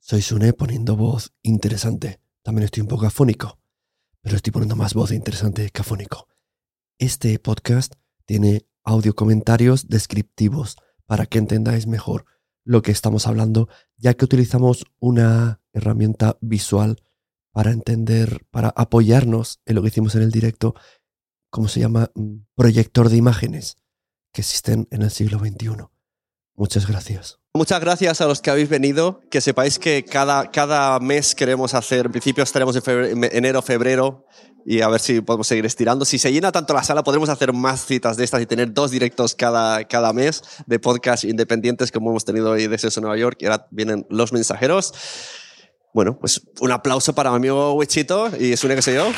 Soy Sune poniendo voz interesante. También estoy un poco afónico, pero estoy poniendo más voz interesante que afónico. Este podcast tiene audio comentarios descriptivos para que entendáis mejor lo que estamos hablando, ya que utilizamos una herramienta visual para entender, para apoyarnos en lo que hicimos en el directo, como se llama, proyector de imágenes, que existen en el siglo XXI. Muchas gracias. Muchas gracias a los que habéis venido. Que sepáis que cada mes queremos hacer, en principio estaremos en enero, febrero, y a ver si podemos seguir estirando. Si se llena tanto la sala, podremos hacer más citas de estas y tener 2 directos cada mes de podcast independientes como hemos tenido hoy de Seso Nueva York. Y ahora vienen Los Mensajeros. Bueno, pues un aplauso para mi amigo Wichito y Sune, que soy yo.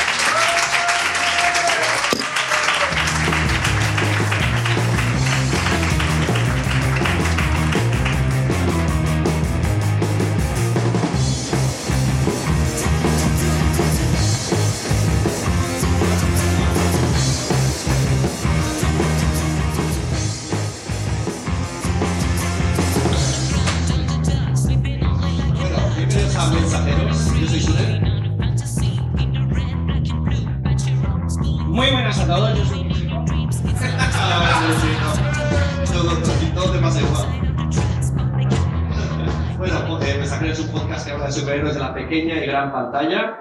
Muy buenas a todos, yo soy Wichito. Todo te pasa igual. Bueno, Mensajeros es un podcast que habla de superhéroes de la pequeña y gran pantalla.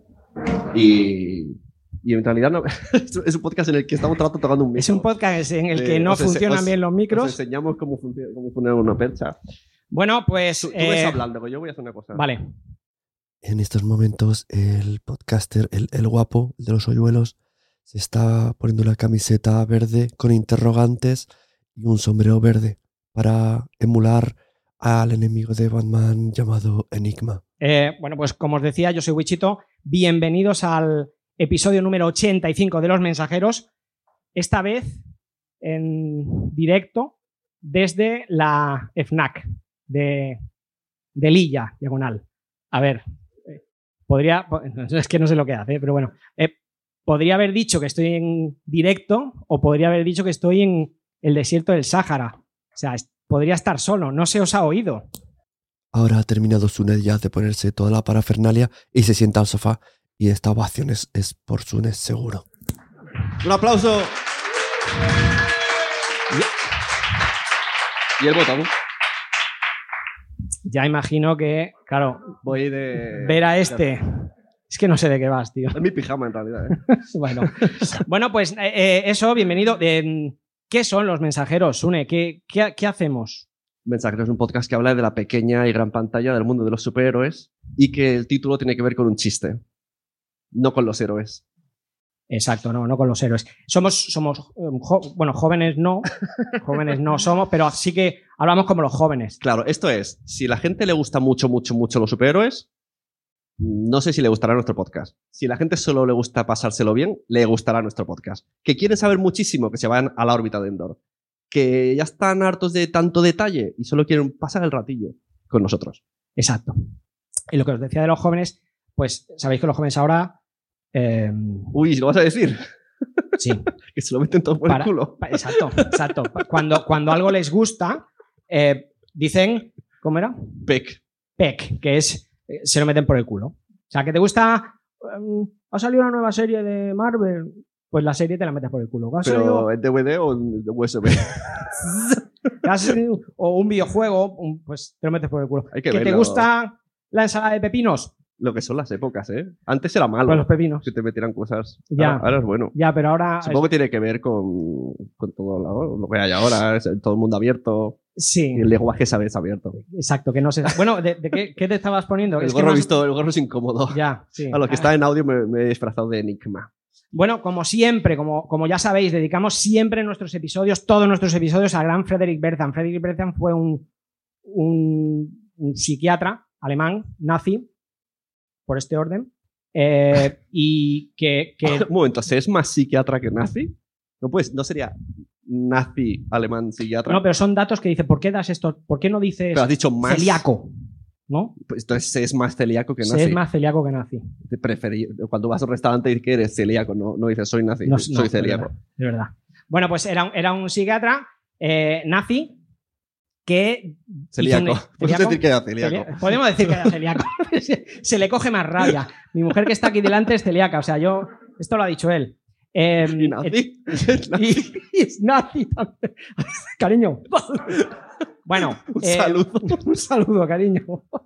Y en realidad no, es un podcast en el que estamos tocando un micro. Es un podcast en el que no funcionan bien los micros. Os enseñamos cómo funciona una percha. Bueno, pues... Tú ves hablando, que yo voy a hacer una cosa. Vale. En estos momentos el podcaster, el guapo, el de los hoyuelos, se está poniendo una camiseta verde con interrogantes y un sombrero verde para emular al enemigo de Batman llamado Enigma. Bueno, pues como os decía, yo soy Wichito. Bienvenidos al episodio número 85 de Los Mensajeros. Esta vez en directo desde la FNAC de Lilla, diagonal. A ver, podría... Es que no sé lo que hace, pero bueno. Podría haber dicho que estoy en directo o podría haber dicho que estoy en el desierto del Sáhara. O sea, podría estar solo, no se os ha oído. Ahora ha terminado Sune ya de ponerse toda la parafernalia y se sienta al sofá. Y esta ovación es por Sune seguro. ¡Un aplauso! Y el botón. Ya imagino que, claro, Voy de... ver a este... Es que no sé de qué vas, tío. Es mi pijama, en realidad. Bueno, pues eso, bienvenido. ¿Qué son Los Mensajeros, Sune? ¿Qué hacemos? Mensajeros es un podcast que habla de la pequeña y gran pantalla del mundo de los superhéroes y que el título tiene que ver con un chiste, no con los héroes. Exacto, no con los héroes. Somos jóvenes no somos, pero sí que hablamos como los jóvenes. Claro, esto es, si a la gente le gusta mucho los superhéroes, no sé si le gustará nuestro podcast. Si a la gente solo le gusta pasárselo bien, le gustará nuestro podcast. Que quieren saber muchísimo, que se vayan a la órbita de Endor. Que ya están hartos de tanto detalle y solo quieren pasar el ratillo con nosotros. Exacto. Y lo que os decía de los jóvenes, pues sabéis que los jóvenes ahora... Uy, ¿lo vas a decir? Sí. Que se lo meten todo por el culo. Exacto. Cuando algo les gusta, dicen... ¿Cómo era? Peck, que es... se lo meten por el culo. O sea, que te gusta... ha salido una nueva serie de Marvel... Pues la serie te la metes por el culo. ¿Pero en DVD o en USB? O un videojuego, pues te lo metes por el culo. Hay que ¿Que te gusta la ensalada de pepinos? Lo que son las épocas, ¿eh? Antes era malo. Pues los pepinos. Que te metieran cosas. Ya. Ahora es bueno. Ya, pero ahora... Supongo que tiene que ver con todo lo que hay ahora. Es todo el mundo abierto. Sí. Y el lenguaje es abierto. Exacto, que no sé. Bueno, ¿de qué te estabas poniendo? El gorro es incómodo. Ya, sí. A lo que está en audio me he disfrazado de Enigma. Bueno, como siempre, como ya sabéis, dedicamos siempre nuestros episodios, todos nuestros episodios, al gran Frederick Bertham. Frederick Bertham fue un psiquiatra alemán, nazi, por este orden, y que... Un momento, ¿es más psiquiatra que nazi? No sería nazi, alemán, psiquiatra. No, pero son datos que dice, ¿por qué das esto? ¿Por qué no dices pero has dicho más celíaco? ¿No? Pues entonces es más celíaco que nazi. Se es más celíaco que nazi. Cuando vas a un restaurante dices que eres celíaco, no dices soy nazi, soy celíaco. Es verdad. Bueno, pues era un psiquiatra nazi que... Celíaco. Podemos decir que era celíaco. Podemos decir que era celíaco. Se le coge más rabia. Mi mujer que está aquí delante es celíaca. O sea, esto lo ha dicho él. ¿Y nazi? Y es nazi también. Cariño. Bueno. Un saludo. Un saludo, cariño.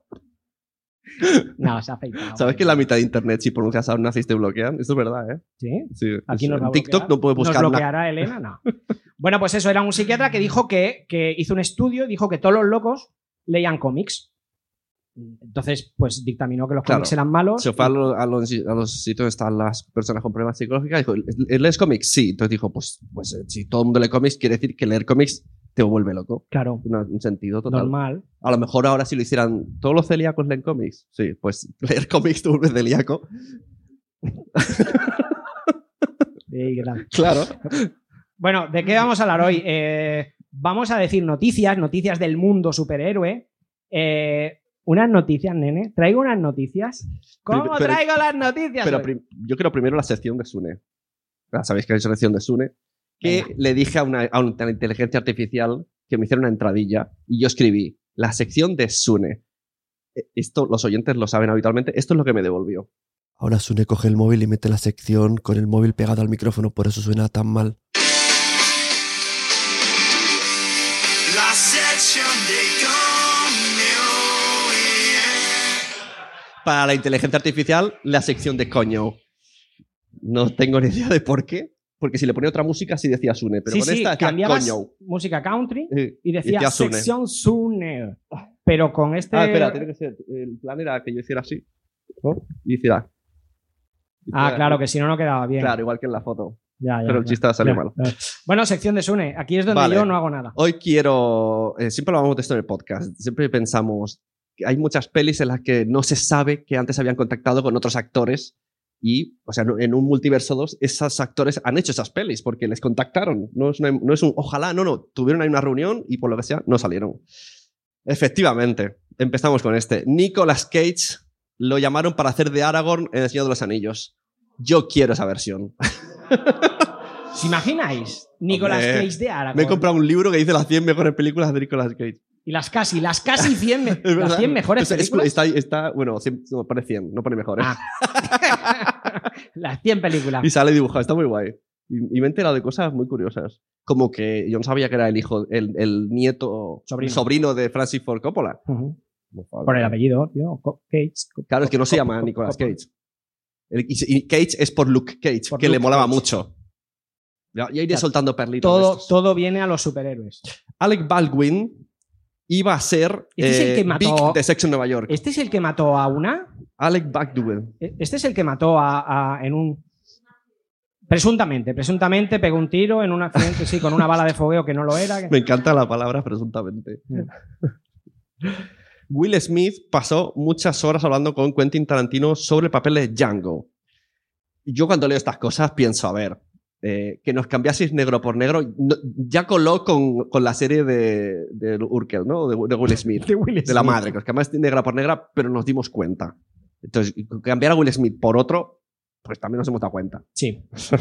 No, se ha afeitado. ¿Sabes que en la mitad de internet, si pronuncias a un nazi, te bloquean? Esto es verdad, ¿eh? ¿Sí? Aquí nos va a TikTok no puede buscar. ¿Nos bloqueará Elena? No. Bueno, pues eso, era un psiquiatra que dijo que hizo un estudio, dijo que todos los locos leían cómics. Entonces, pues dictaminó que los cómics eran malos. Se fue a los sitios donde están las personas con problemas psicológicos y dijo, ¿lees cómics? Sí. Entonces dijo, pues si todo el mundo lee cómics, quiere decir que leer cómics te vuelve loco. Claro. Un sentido total. Normal. A lo mejor ahora si lo hicieran, ¿todos los celíacos leen cómics? Sí, pues leer cómics te vuelve celíaco. Sí, claro. Bueno, ¿de qué vamos a hablar hoy? Vamos a decir noticias del mundo superhéroe. Unas noticias, nene. ¿Traigo unas noticias? ¿Cómo traigo las noticias? Pero yo quiero primero la sección de Sune. Sabéis que hay sección de Sune. Que le dije a una inteligencia artificial que me hiciera una entradilla y yo escribí la sección de Sune. Esto los oyentes lo saben habitualmente. Esto es lo que me devolvió. Ahora Sune coge el móvil y mete la sección con el móvil pegado al micrófono, por eso suena tan mal. La sección de Para la inteligencia artificial, la sección de coño. No tengo ni idea de por qué. Porque si le ponía otra música, sí decía Sune. Pero con esta cambiabas coño. Música country y decía sección Sune. Pero con este... espera, tiene que ser... El plan era que yo hiciera así. ¿No? Y hiciera... claro, que si no, no quedaba bien. Claro, igual que en la foto. Ya, pero el chiste salió malo. Bueno, sección de Sune. Aquí es donde yo no hago nada. Hoy quiero... siempre hablamos de esto en el podcast. Siempre pensamos... Hay muchas pelis en las que no se sabe que antes habían contactado con otros actores y, o sea, en un Multiverso 2, esos actores han hecho esas pelis porque les contactaron. No es un ojalá, no. Tuvieron ahí una reunión y por lo que sea, no salieron. Efectivamente, empezamos con este. Nicolas Cage lo llamaron para hacer de Aragorn en El Señor de los Anillos. Yo quiero esa versión. ¿Os imagináis? Nicolas Cage de Aragorn. Me he comprado un libro que dice las 100 mejores películas de Nicolas Cage. Y las casi 100, las 100 mejores películas. Bueno, 100, no pone 100, no pone mejores. Las 100 películas. Y sale dibujado, está muy guay. Y me he enterado de cosas muy curiosas. Como que yo no sabía que era el hijo, el nieto, sobrino de Francis Ford Coppola. Por el apellido, tío. Cage. Claro, es que no se llama Nicolas Cage. Y Cage es por Luke Cage, que le molaba mucho. Ya iré soltando perlitos. Todo viene a los superhéroes. Alec Baldwin iba a ser Big de Sexo en Nueva York. ¿Este es el que mató a una? Alec Baldwin. Este es el que mató en un... Presuntamente pegó un tiro en un accidente, sí, con una bala de fogueo que no lo era. Me encanta la palabra presuntamente. Will Smith pasó muchas horas hablando con Quentin Tarantino sobre el papel de Django. Yo cuando leo estas cosas pienso, a ver... que nos cambiaseis negro por negro, ya coló con la serie de Urkel, ¿no? De Will Smith. de la madre, que nos cambiasteis negra por negra, pero nos dimos cuenta. Entonces, cambiar a Will Smith por otro, pues también nos hemos dado cuenta. Sí.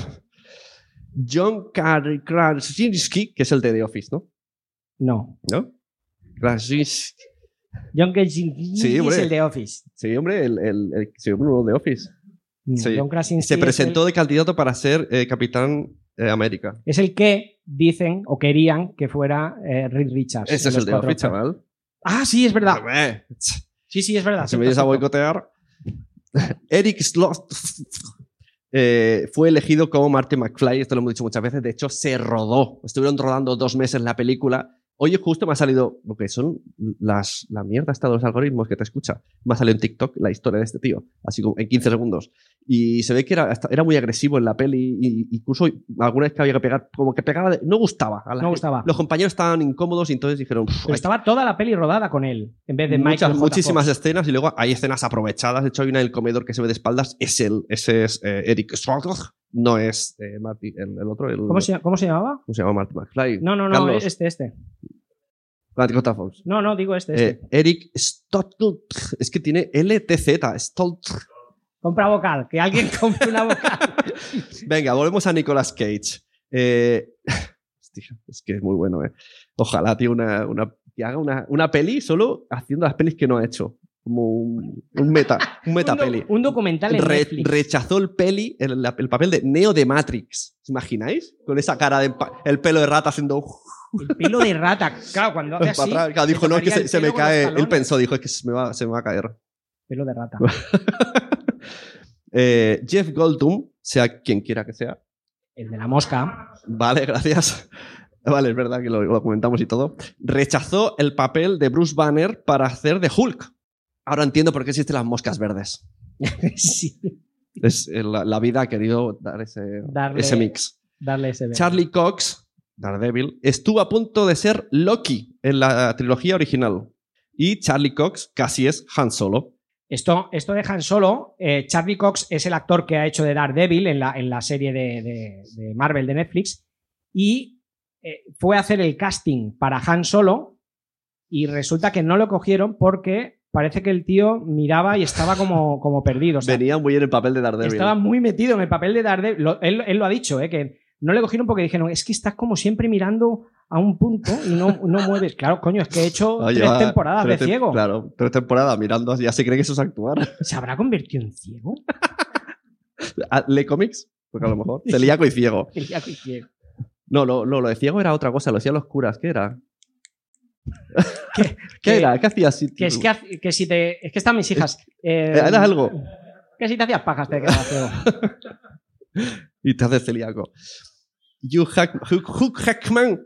John Krasinski, que es el de The Office, ¿no? No. Krasinski. John Krasinski es el de Office. Sí, hombre, el de Office. Sí. Se presentó de candidato para ser Capitán América. Es el que dicen o querían que fuera Reed Richards. Ese es el de Office, chaval. Ah, sí, es verdad. Sí, es verdad. Si me vienes a boicotear. Eric Slot fue elegido como Marty McFly. Esto lo hemos dicho muchas veces. De hecho, se rodó. Estuvieron rodando 2 meses la película. Hoy justo me ha salido lo que son la mierda esta de los algoritmos que te escucha. Me ha salido en TikTok la historia de este tío, así como en 15 segundos. Y se ve que era muy agresivo en la peli, y incluso alguna vez que había que pegar, como que pegaba, no gustaba. No gustaba. Los compañeros estaban incómodos y entonces dijeron... Pero estaba toda la peli rodada con él, en vez de muchísimas escenas, y luego hay escenas aprovechadas. De hecho, hay una en el comedor que se ve de espaldas. Ese es Eric Stoltz. No es Marty, el otro. ¿Cómo se llamaba? ¿Cómo se llama Marty McFly? No, Carlos. este. Fox. No, digo este. Eric Stoltz. Es que tiene LTZ. Stoltz. Compra vocal. Que alguien compre una vocal. Venga, volvemos a Nicolas Cage. Hostia, es que es muy bueno, Ojalá, tío, una que haga una peli solo haciendo las pelis que no ha hecho. Como un metapeli. Un documental en Netflix. Rechazó el papel de Neo de Matrix. ¿Os imagináis? Con esa cara el pelo de rata haciendo... El pelo de rata. Claro, cuando hace así... Claro, dijo, no, es que se me cae... Él pensó, dijo, es que se me va a caer. Pelo de rata. Jeff Goldblum, sea quien quiera que sea. El de la mosca. Vale, gracias. Vale, es verdad que lo comentamos y todo. Rechazó el papel de Bruce Banner para hacer de Hulk. Ahora entiendo por qué existen las moscas verdes. Sí. La vida ha querido dar ese mix. Darle ese verde. Charlie Cox, Daredevil, estuvo a punto de ser Loki en la trilogía original. Y Charlie Cox casi es Han Solo. Esto de Han Solo, Charlie Cox es el actor que ha hecho de Daredevil en la serie de Marvel de Netflix y fue a hacer el casting para Han Solo y resulta que no lo cogieron porque parece que el tío miraba y estaba como perdido. O sea, venía muy en el papel de Daredevil. Estaba muy metido en el papel de Daredevil. Él lo ha dicho, que no le cogieron porque dijeron, es que estás como siempre mirando a un punto y no mueves. Claro, coño, es que he hecho 3 temporadas de ciego. Claro, 3 temporadas mirando, ya se cree que eso es actuar. ¿Se habrá convertido en ciego? ¿Lee cómics? Porque a lo mejor. Celíaco y ciego. Celíaco y ciego. No, lo de ciego era otra cosa, lo decían los curas. ¿Qué era? ¿Qué era? ¿Qué hacías? Es que están mis hijas. ¿Era algo? Que si te hacías pajas te quedabas ciego. Y te haces celíaco. Hugh Jackman.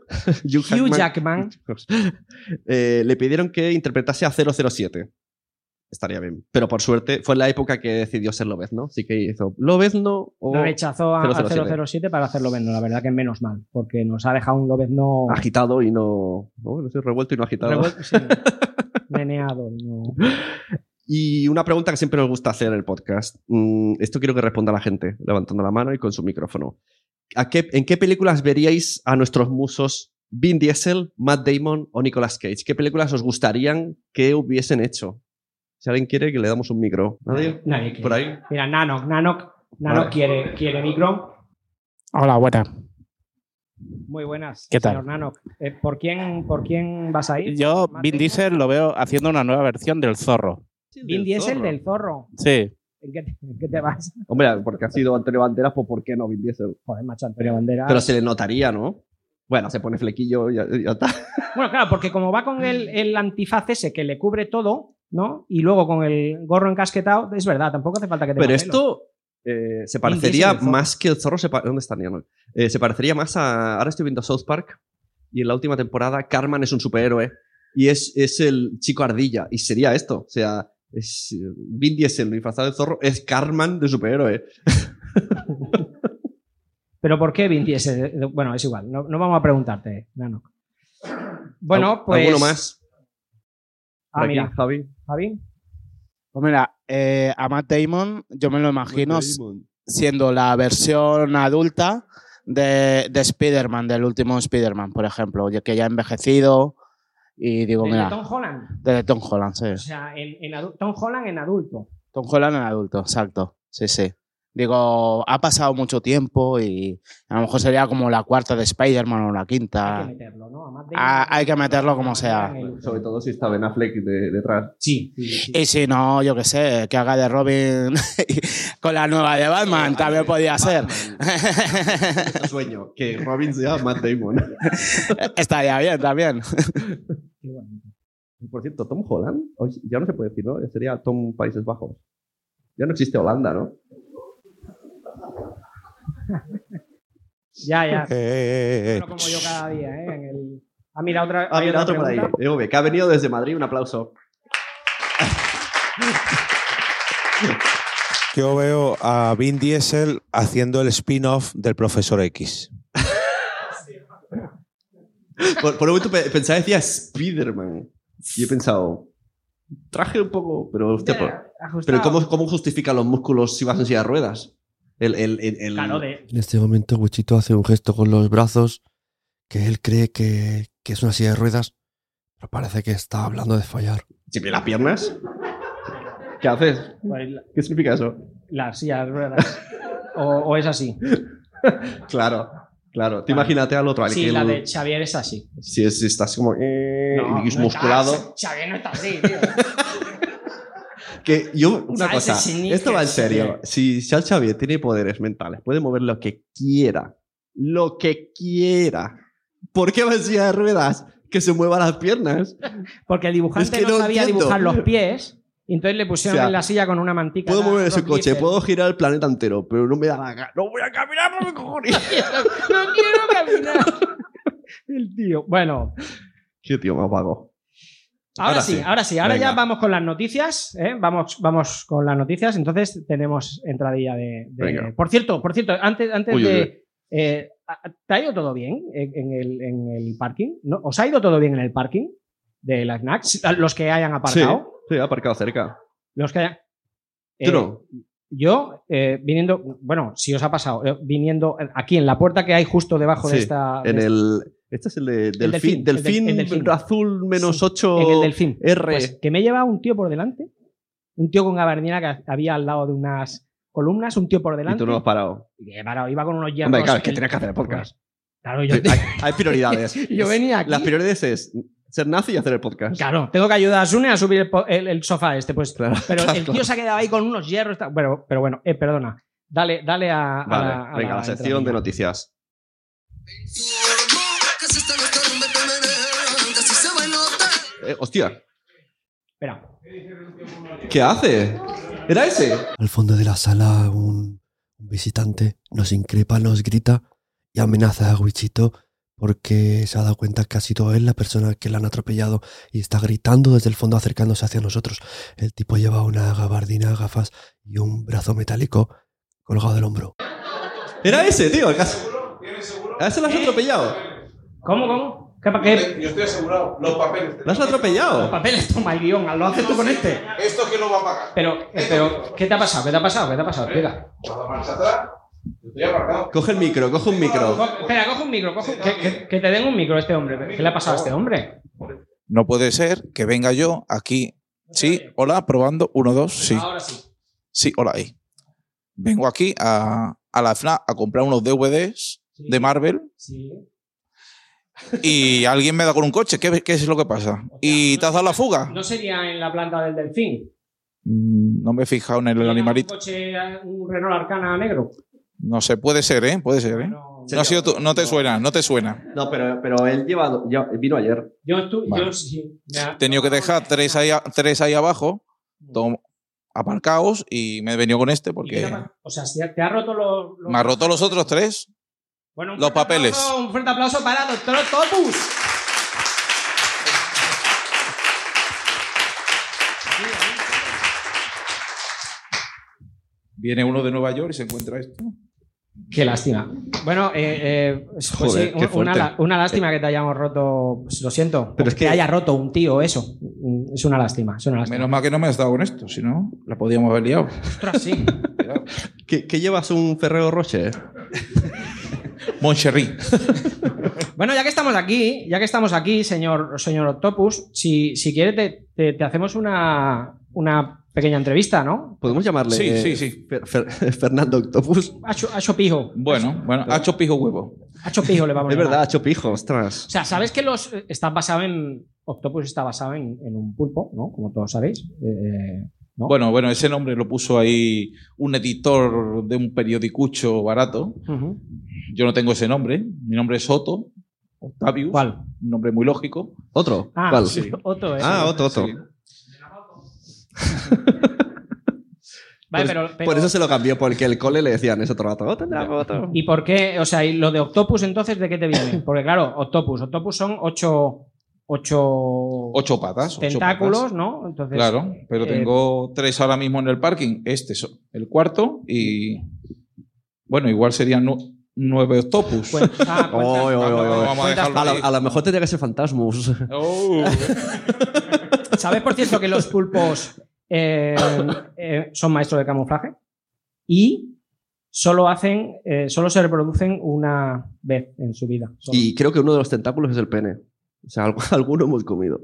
Le pidieron que interpretase a 007. Estaría bien. Pero por suerte fue en la época que decidió ser Lobezno. Así que hizo Lobezno o... Lo rechazó a 007 para hacer Lobezno. La verdad que menos mal. Porque nos ha dejado un Lobezno... agitado y no... No sé, revuelto y no agitado. Revuelto, sí. Meneado y no... Y una pregunta que siempre nos gusta hacer en el podcast. Esto quiero que responda la gente, levantando la mano y con su micrófono. ¿En qué películas veríais a nuestros musos Vin Diesel, Matt Damon o Nicolas Cage? ¿Qué películas os gustarían que hubiesen hecho? Si alguien quiere, que le damos un micro. ¿Nadie? Nadie quiere. ¿Por ahí? Mira, Nanok vale. quiere micro. Hola, buenas. Muy buenas, ¿Qué tal? Señor Nanok. ¿Por quién vas a ir? Yo, Vin Diesel, lo veo haciendo una nueva versión del Zorro. Vin Diesel del Zorro. Sí. ¿En qué te vas? Hombre, porque ha sido Antonio Banderas, pues ¿por qué no Vin Diesel? Joder, macho, Antonio Banderas. Pero se le notaría, ¿no? Bueno, se pone flequillo y ya está. Bueno, claro, porque como va con el antifaz ese que le cubre todo, ¿no? Y luego con el gorro encasquetado, es verdad, tampoco hace falta que tenga Pero pelo. esto se parecería más que el Zorro. ¿Dónde está Nianol? Se parecería más a... Ahora estoy viendo South Park y en la última temporada Cartman es un superhéroe y es el chico ardilla y sería esto. O sea, es Vin Diesel disfrazado de Zorro, es Cartman de superhéroe. ¿Pero por qué Vin Diesel? Bueno, es igual, no vamos a preguntarte, Nanok. Bueno, pues... ¿Alguno más? Mira, Javi. Pues mira, a Matt Damon yo me lo imagino siendo la versión adulta de Spider-Man, del último Spider-Man, por ejemplo, que ya ha envejecido y digo, mira... ¿De Tom Holland? De Tom Holland, sí. O sea, Tom Holland en adulto. Tom Holland en adulto, exacto. Sí. Digo, ha pasado mucho tiempo y a lo mejor sería como la cuarta de Spider-Man o la quinta. Hay que meterlo, ¿no? Hay que meterlo como sea. Sobre todo si está Ben Affleck detrás. Sí. Y si no, yo qué sé, que haga de Robin con la nueva de Batman, también podía ser. Sueño, que Robin sea Matt Damon. Estaría bien también. Qué bonito. Por cierto, Tom Holland, ya no se puede decir, ¿no? Sería Tom Países Bajos. Ya no existe Holanda, ¿no? Ya. Bueno, como yo cada día, ¿eh? Mira, otro por ahí. Que ha venido desde Madrid. Un aplauso. Yo veo a Vin Diesel haciendo el spin-off del Profesor X. Por un momento pensaba, decía Spider-Man. Y he pensado, traje un poco, pero pero ¿cómo justifica los músculos si vas en silla de ruedas? Claro, En este momento Wichito hace un gesto con los brazos que él cree que es una silla de ruedas, pero parece que está hablando de fallar. ¿Si las piernas? ¿Qué haces? ¿Qué significa eso? Las sillas de ruedas. o es así. Claro. Claro, te imagínate al otro. Sí, la de Xavier es así. Si estás como... No, y es no musculado. está- Xavier no está así, tío. Que yo, una ¿Sabes? cosa, Ese sneaker, esto va en serio. sí. Si Charles Xavier tiene poderes mentales, puede mover lo que quiera. Lo que quiera. ¿Por qué va en silla de ruedas? Que se mueva las piernas. Porque el dibujante Es que no no sabía entiendo. dibujar los pies y entonces le pusieron O sea, en la silla con una mantica. Puedo mover ese Rock coche, Little. puedo girar el planeta entero, pero no me da la gana. No voy a caminar por mi cojones. No quiero caminar. El tío. Bueno, Qué tío más vago. ahora sí. Ahora Venga. ya vamos con las noticias. Vamos con las noticias. Entonces tenemos entradilla de... Venga. Por cierto, antes Uy, de... ¿Te ha ido todo bien en el parking? ¿No? ¿Os ha ido todo bien en el parking de la FNAC? Los que hayan aparcado. Sí, he aparcado cerca. Los que hayan... ¿Tú no? Yo, viniendo... Bueno, si os ha pasado. Viniendo aquí en la puerta que hay justo debajo de Sí, esta... En de el... Este es el de delfín, Delfín, el delfín. azul menos Sí, 8 en el delfín. R. Pues que me lleva un tío por delante, un tío con gabardina que había al lado de unas columnas, un tío por Y delante. tú no has parado. Y he parado, iba con unos hierros. Hombre, claro, es que el- tenías que hacer el podcast. Claro, yo, Hay prioridades. yo venía aquí. Las prioridades es ser nazi y hacer el podcast. Claro, tengo que ayudar a Sune a subir el sofá este, pues. Claro, pero claro. el tío se ha quedado ahí con unos hierros. Bueno, pero bueno, perdona. Dale a Vale, venga, la sección de entradilla. noticias. Hostia, Espera. ¿qué hace? ¿Era ese? Al fondo de la sala un visitante nos increpa, nos grita y amenaza a Wichito porque se ha dado cuenta que ha sido él la persona que le han atropellado y está gritando desde el fondo acercándose hacia nosotros. El tipo lleva una gabardina, gafas y un brazo metálico colgado del hombro. Era ese, tío. ¿A ese lo has atropellado? ¿Cómo? ¿Qué? Yo estoy asegurado. Los papeles. ¿Lo has atropellado? Papeles, toma el guión. ¿Lo haces tú con este? Esto que lo va a pagar. Pero, ¿qué te ha pasado? Explica. Cuando marcha atrás, yo estoy aparcado. Coge el micro, coge un micro. Espera, coge un micro. Que te den un micro a este hombre. ¿Qué le ha pasado a este hombre? No puede ser que venga yo aquí. Sí, hola, probando. 1, 2, sí. Ahora sí. Sí, hola ahí. Vengo aquí a la FNAC a comprar unos DVDs de Marvel Sí. y alguien me da con un coche. ¿Qué es lo que pasa? ¿Y te has dado la fuga? ¿No sería en la planta del Delfín? No me he fijado en el ¿Tiene animalito. un coche, un Renault Arcana negro? No sé, puede ser, ¿eh? Puede ser, ¿eh? No, No ha sido tú, no te suena, no te suena. No, pero él vino ayer. yo sí. He tenido que dejar tres ahí abajo, aparcados, y me he venido con este porque O sea, te ha roto los... me ha roto los otros tres. Bueno, un los fuerte papeles. aplauso, un fuerte aplauso para Doctor Octopus. Viene uno de Nueva York y se encuentra esto. Qué lástima. Bueno, pues Joder, sí, qué fuerte. una lástima que te hayamos roto. Pues lo siento. Pero es que que- haya roto un tío, eso. Es una lástima. Menos mal que no me has dado con esto, si no, la podíamos haber liado. Ostras, sí. ¿Qué llevas un Ferrero Rocher? Moncherry. Bueno, ya que estamos aquí, señor Octopus, si quiere te hacemos una pequeña entrevista, ¿no? ¿Podemos llamarle Sí. Fernando Octopus? Hacho Pijo. Bueno, hacho pijo huevo. Hacho Pijo le vamos a Es llamar. verdad, Hacho Pijo, ostras. O sea, ¿sabes que Octopus está basado en un pulpo, ¿no? Como todos sabéis. ¿no? Bueno, ese nombre lo puso ahí un editor de un periodicucho barato. Ujú. Yo no tengo ese nombre. Mi nombre es Otto Octavius. ¿Cuál? Un nombre muy lógico. ¿Otro? Ah, ¿Cuál? sí. Otto, Otto. Sí. Vale, Por eso se lo cambió, porque el cole le decían eso todo el rato. "Oh, tendrá Otto". ¿Y por qué? O sea, ¿y lo de Octopus entonces de qué te viene? Porque claro, Octopus son ocho 8 patas. 8 tentáculos, patas. ¿no? Entonces, Claro, pero tengo 3 ahora mismo en el parking. Este es el cuarto y... Bueno, igual serían 9 octopus. cuenta- Oy, oy, oy, oy. Vamos a dejarlo ahí. A lo mejor tendría que ser Fantasmus. Oh. ¿Sabes, por cierto, que los pulpos son maestros de camuflaje? Y solo se reproducen una vez en su vida. Solo. Y creo que uno de los tentáculos es el pene. O sea, alguno hemos comido.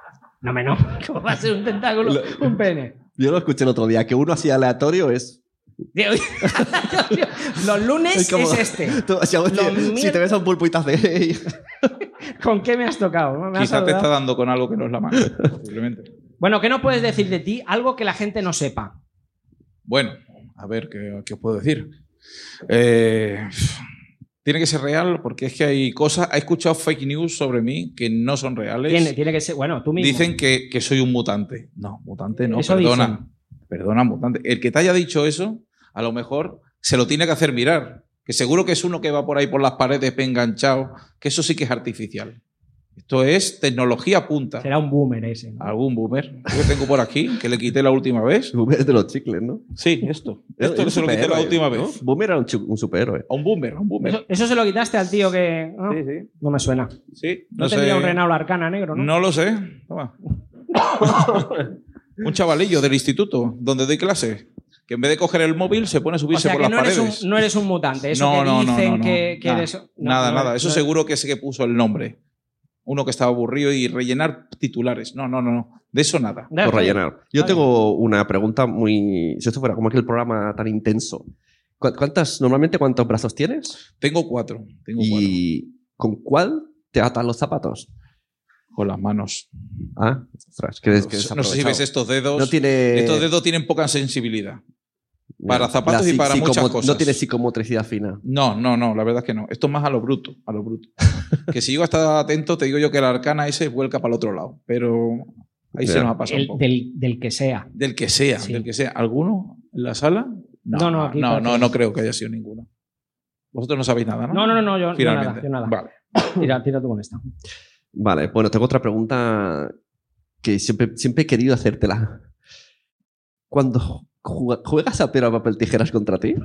No. ¿Cómo va a ser un tentáculo? Un pene. Yo lo escuché el otro día, que uno así aleatorio es Los lunes Es como- es este. Si te ves a un pulpo y te hace... ¿Con qué me has tocado? ¿Me has Quizás te saludado? está dando con algo que no es la mano, posiblemente. Bueno, ¿qué nos puedes decir de ti? Algo que la gente no sepa. Bueno, a ver, ¿qué os puedo decir? Tiene que ser real porque es que hay cosas... He escuchado fake news sobre mí que no son reales. Tiene que ser... Bueno, tú mismo. Dicen que soy un mutante. No, mutante no, Eso perdona. dicen. Perdona, mutante. El que te haya dicho eso, a lo mejor se lo tiene que hacer mirar. Que seguro que es uno que va por ahí por las paredes enganchado, que eso sí que es artificial. Esto es tecnología punta. Será un boomer ese, ¿no? ¿Algún boomer? Yo que tengo por aquí, que le quité la última vez. Boomer es de los chicles, ¿no? Sí, esto. Esto Era un se lo quité la superhéroe, última ¿no? vez. Boomer era un superhéroe. A un boomer, a un boomer. Eso se lo quitaste al tío que... ¿no? Sí, sí. No me suena. Sí, No tendría un Renault Arcana negro, ¿no? No lo sé. Toma. Un chavalillo del instituto donde doy clase, que en vez de coger el móvil se pone a O subirse sea, por que las paredes. no eres un mutante. Eso No, que no, no, dicen no, no. que Nada, eres... no, nada, no, nada. Eso no. seguro que es el que puso el nombre. Uno que estaba aburrido y rellenar titulares. No, no, no, no. De eso nada. Ya, Por está bien. rellenar. Yo tengo una pregunta muy... Si esto fuera como aquel programa tan intenso. Normalmente cuántos brazos tienes? Tengo cuatro. ¿Y con cuál te atan los zapatos? Con las manos. Ah, ostras, que es No sé si desaprovechado. ves estos dedos. No tiene... Estos dedos tienen poca sensibilidad. Para La zapatos y para muchas cosas. No tiene psicomotricidad fina. No, no, no, la verdad es que no. Esto es más a lo bruto, a lo bruto. Que si yo estar atento, te digo yo que el Arcana ese vuelca para el otro lado. Pero ahí se Ya. nos ha pasado un poco. Del que sea. Del que sea, Sí. del que sea. ¿Alguno en la sala? No, aquí no, parece- no, no creo que haya sido ninguno. Vosotros no sabéis nada, ¿no? No, yo Finalmente. nada. Vale. Tira tú con esta. Vale, bueno, tengo otra pregunta que siempre he querido hacértela. Cuando juegas a piedra, papel, tijeras contra ti,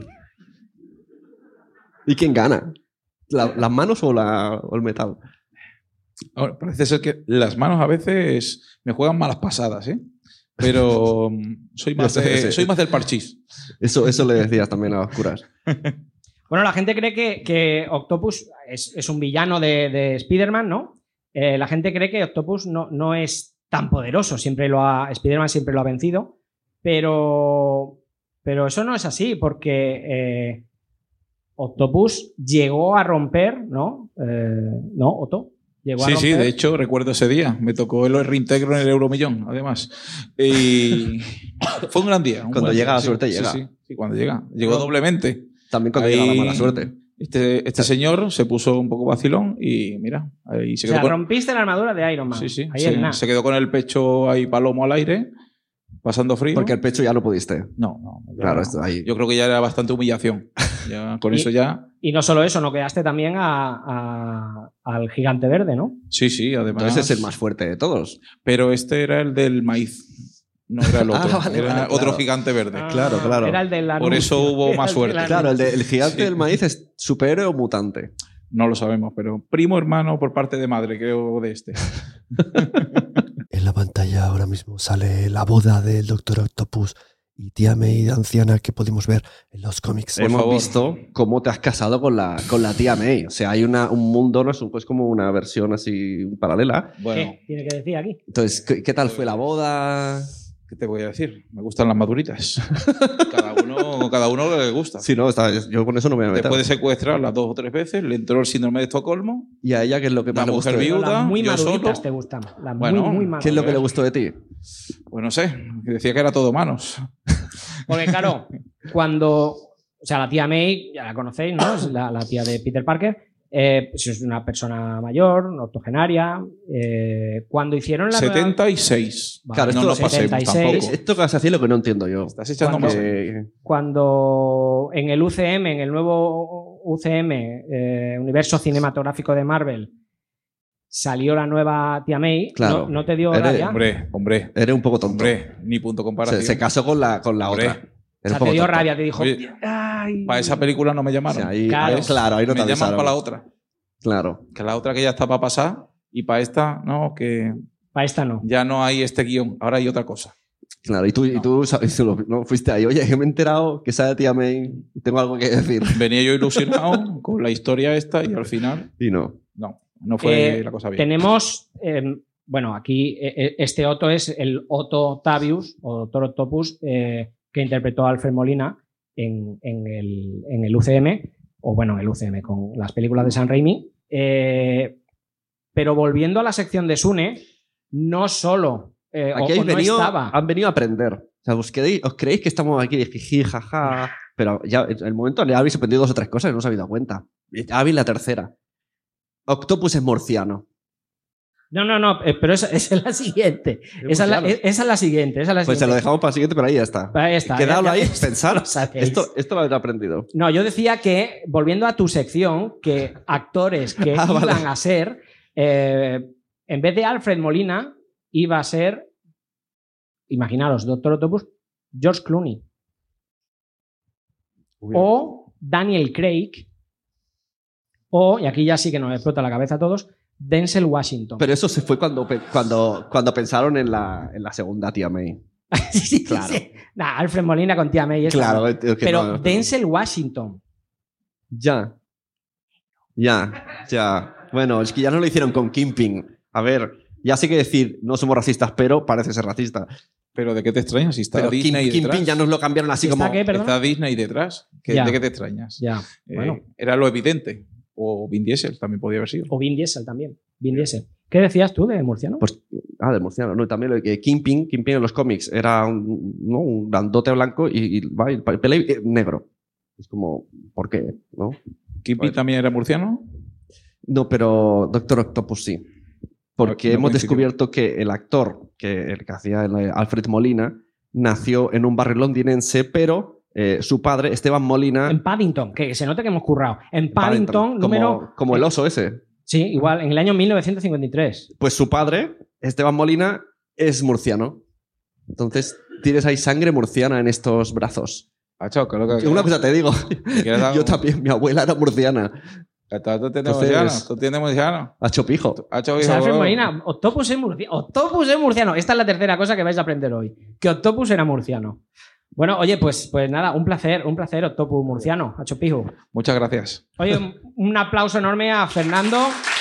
¿y quién gana? ¿Las manos o el metal? Ahora, parece ser que las manos a veces me juegan malas pasadas, ¿eh? Pero soy más, Yo sé. soy más del parchís. Eso le decías también a los curas. Bueno, la gente cree que Octopus es un villano de Spider-Man, ¿no? La gente cree que Octopus no es tan poderoso. Spider-Man siempre lo ha vencido. Pero eso no es así, porque Octopus llegó a romper, ¿no? ¿No, Otto? Llegó a Sí, sí, romper. de hecho recuerdo ese día. Me tocó el reintegro en el Euromillón, además. Y fue un gran día. un Cuando buen llega día, la sí, suerte, sí, llega. Sí, cuando llega. Llegó doblemente. También cuando llega la mala suerte. Este señor se puso un poco vacilón y mira, ahí se O quedó sea, rompiste la armadura de Iron Man. Sí, sí. Ahí en nada. Se quedó con el pecho ahí palomo al aire, pasando frío. Porque el pecho ya no pudiste. No. ya Claro, no. esto ahí. Yo creo que ya era bastante humillación. Ya, con eso ya. Y no solo eso, no quedaste también al gigante verde, ¿no? Sí, sí, además. Entonces es el más fuerte de todos. Pero este era el del maíz. No era el otro. vale, era vale, otro claro. gigante verde. Claro, claro. Era el del Por eso anuncio. hubo Era más el suerte. del Claro, anuncio. el gigante Sí. del maíz es superhéroe o mutante. No lo sabemos, pero primo hermano por parte de madre, creo, de este. En la pantalla ahora mismo sale la boda del Doctor Octopus y tía May de anciana que pudimos ver en los cómics. Por Hemos favor. visto cómo te has casado con la tía May. O sea, hay un mundo, ¿no? Es pues como una versión así paralela. Bueno, ¿Qué tiene que decir aquí? Entonces, ¿qué tal fue la boda? ¿qué te voy a decir? Me gustan las maduritas. cada uno le gusta. Sí, no, yo con eso no me voy a meter. Después de secuestrarlas 2 o 3 veces, le entró el síndrome de Estocolmo. ¿Y a ella qué es lo que más La le mujer gustó? viuda, Las muy yo maduritas solo. te gustan. Las Bueno, muy maduritas. ¿Qué es lo que le gustó de ti? Pues no sé, que decía que era todo manos. Porque claro, cuando... O sea, la tía May, ya la conocéis, ¿no? Es la tía de Peter Parker. Pues es una persona mayor, octogenaria. Cuando hicieron la nueva- 76. Vale, Claro, no esto- nos pasemos 76. tampoco. Esto que vas a decir lo que no entiendo yo. Estás echando Cuando- más. Cuando en el UCM, en el nuevo UCM, Universo Cinematográfico de Marvel, salió la nueva tía May, Claro. ¿no te dio Eres- rabia? Hombre, Eres un poco tonto. hombre, ni punto comparación. Se casó con la Hombre. otra. O Eres sea, un poco te dio tonto. rabia, te dijo... Oye, "Ay". para esa película no me O llamaron. sea, ahí, Claro. ahí no te me llaman avisaron. para la otra. Claro. Que la otra que ya está para pasar y para esta, no, que Para esta no. ya no hay este guión, ahora hay otra cosa. Claro, y tú sabes, no, fuiste ahí. Oye, que me he enterado que sale tía May y tengo algo que decir. Venía yo ilusionado con la historia esta y al final, Y no. no fue la cosa bien. Tenemos... bueno, aquí este Otto es el Otto Octavius, o Doctor Octopus, que interpretó a Alfred Molina. en el UCM, o bueno, en el UCM, con las películas de Sam Raimi. Pero volviendo a la sección de Sune, no solo Aquí han venido a aprender. O sea, ¿os creéis que estamos aquí de jiji, jaja? Pero ya en el momento le habéis aprendido 2 o 3 cosas y no os habéis dado cuenta. Ya habéis la tercera. Octopus es murciano. No, pero esa es la siguiente. Esa es la siguiente. Pues se lo dejamos para la siguiente, pero ahí ya está. Ahí está. Quedadlo ahí, pensar. Esto lo habéis aprendido. No, yo decía que, volviendo a tu sección, que actores que iban a ser, en vez de Alfred Molina, iba a ser, imaginaros, Doctor Octopus, George Clooney. O Daniel Craig. O, y aquí ya sí que nos explota la cabeza a todos, Denzel Washington. Pero eso se fue cuando pensaron en la segunda Tía May. Sí, claro. Sí. Nah, Alfred Molina con Tía May. Claro, pero no. Denzel Washington. Ya. Bueno, es que ya no lo hicieron con Kingpin. A ver, ya sé que decir no somos racistas, pero parece ser racista. ¿Pero de qué te extrañas? Si está Pero Disney detrás. Kingpin ya nos lo cambiaron así como... ¿Está Disney detrás? ¿De qué te extrañas? Ya, bueno. Era lo evidente. O Vin Diesel también podía haber sido. O Vin Diesel también. Vin Diesel. ¿Qué decías tú de Murciano? Pues, de Murciano. No, también lo que Kingpin en los cómics era un grandote blanco y pelo negro. Es como, ¿por qué? ¿No? ¿Kingpin también era murciano? No, pero Doctor Octopus sí. Porque hemos descubierto que el actor, el que hacía Alfred Molina, nació en un barrio londinense, pero su padre, Esteban Molina... En Paddington, que se nota que hemos currado. En Paddington, número... Como el oso ese. Sí, igual, en el año 1953. Pues su padre, Esteban Molina, es murciano. Entonces, tienes ahí sangre murciana en estos brazos. Una cosa te digo. Yo también, mi abuela era murciana. ¿Tú tienes murciano? Hacho pijo. O sea, Alfred Molina, Octopus es murciano. Octopus es murciano. Esta es la tercera cosa que vais a aprender hoy. Que Octopus era murciano. Bueno, oye, pues nada, un placer, Octopus murciano, Hacho pijo. Muchas gracias. Oye, un aplauso enorme a Fernando.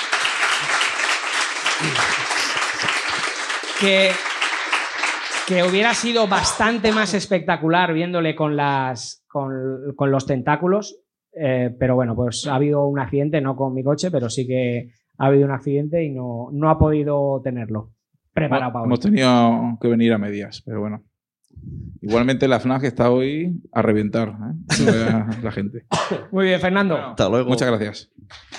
Que hubiera sido bastante más espectacular viéndole con los tentáculos. Pero bueno, pues ha habido un accidente, no con mi coche, pero sí que ha habido un accidente y no ha podido tenerlo preparado para hoy. Hemos tenido que venir a medias, pero bueno. Igualmente la FNAC está hoy a reventar, la gente. Muy bien, Fernando. Bueno, hasta luego. Muchas gracias.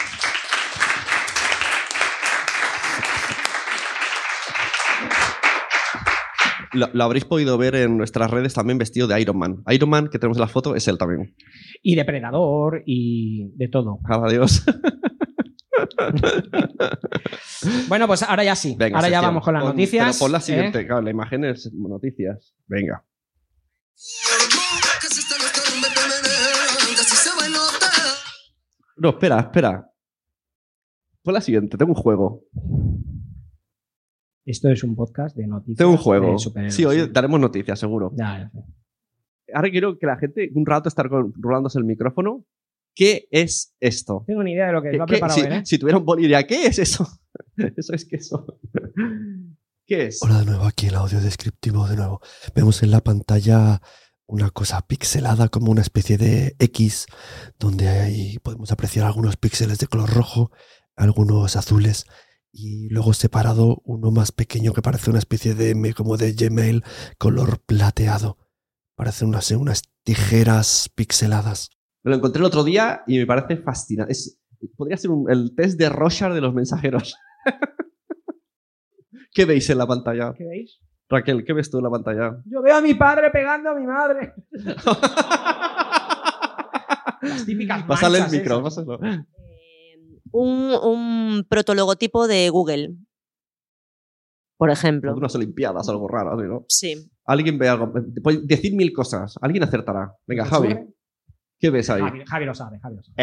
Lo habréis podido ver en nuestras redes también vestido de Iron Man. Iron Man, que tenemos en la foto, es él también. Y Depredador y de todo. Adiós. Bueno, pues ahora ya sí. Venga, ahora ya vamos con las noticias. Pero pon la siguiente, claro, la imagen es noticias. Venga. No, espera. Pon la siguiente, tengo un juego. Esto es un podcast de noticias. Tengo un juego. De Sí, hoy daremos noticias, seguro. Ya. Ahora quiero que la gente un rato estar rolándose el micrófono. ¿Qué es esto? Tengo ni idea de lo que lo ha preparado él, ¿eh? Si tuviera un boli diría, ¿qué es eso? Eso es queso. ¿Qué es? Hola de nuevo, aquí el audio descriptivo de nuevo. Vemos en la pantalla una cosa pixelada como una especie de X, donde ahí podemos apreciar algunos píxeles de color rojo, algunos azules, y luego separado uno más pequeño que parece una especie de M, como de Gmail, color plateado. Parecen unas tijeras pixeladas. Me lo encontré el otro día y me parece fascinante. Podría ser el test de Rorschach de los mensajeros. ¿Qué veis en la pantalla? ¿Qué veis? Raquel, ¿qué ves tú en la pantalla? Yo veo a mi padre pegando a mi madre. Las típicas manchas. Pásale el micro, pásalo. Un protologotipo de Google, por ejemplo. Unas olimpiadas, algo raro, ¿no? Sí. Alguien ve algo. Decid 1000 cosas. Alguien acertará. Venga, Javi. ¿Qué ves ahí? Javi lo sabe.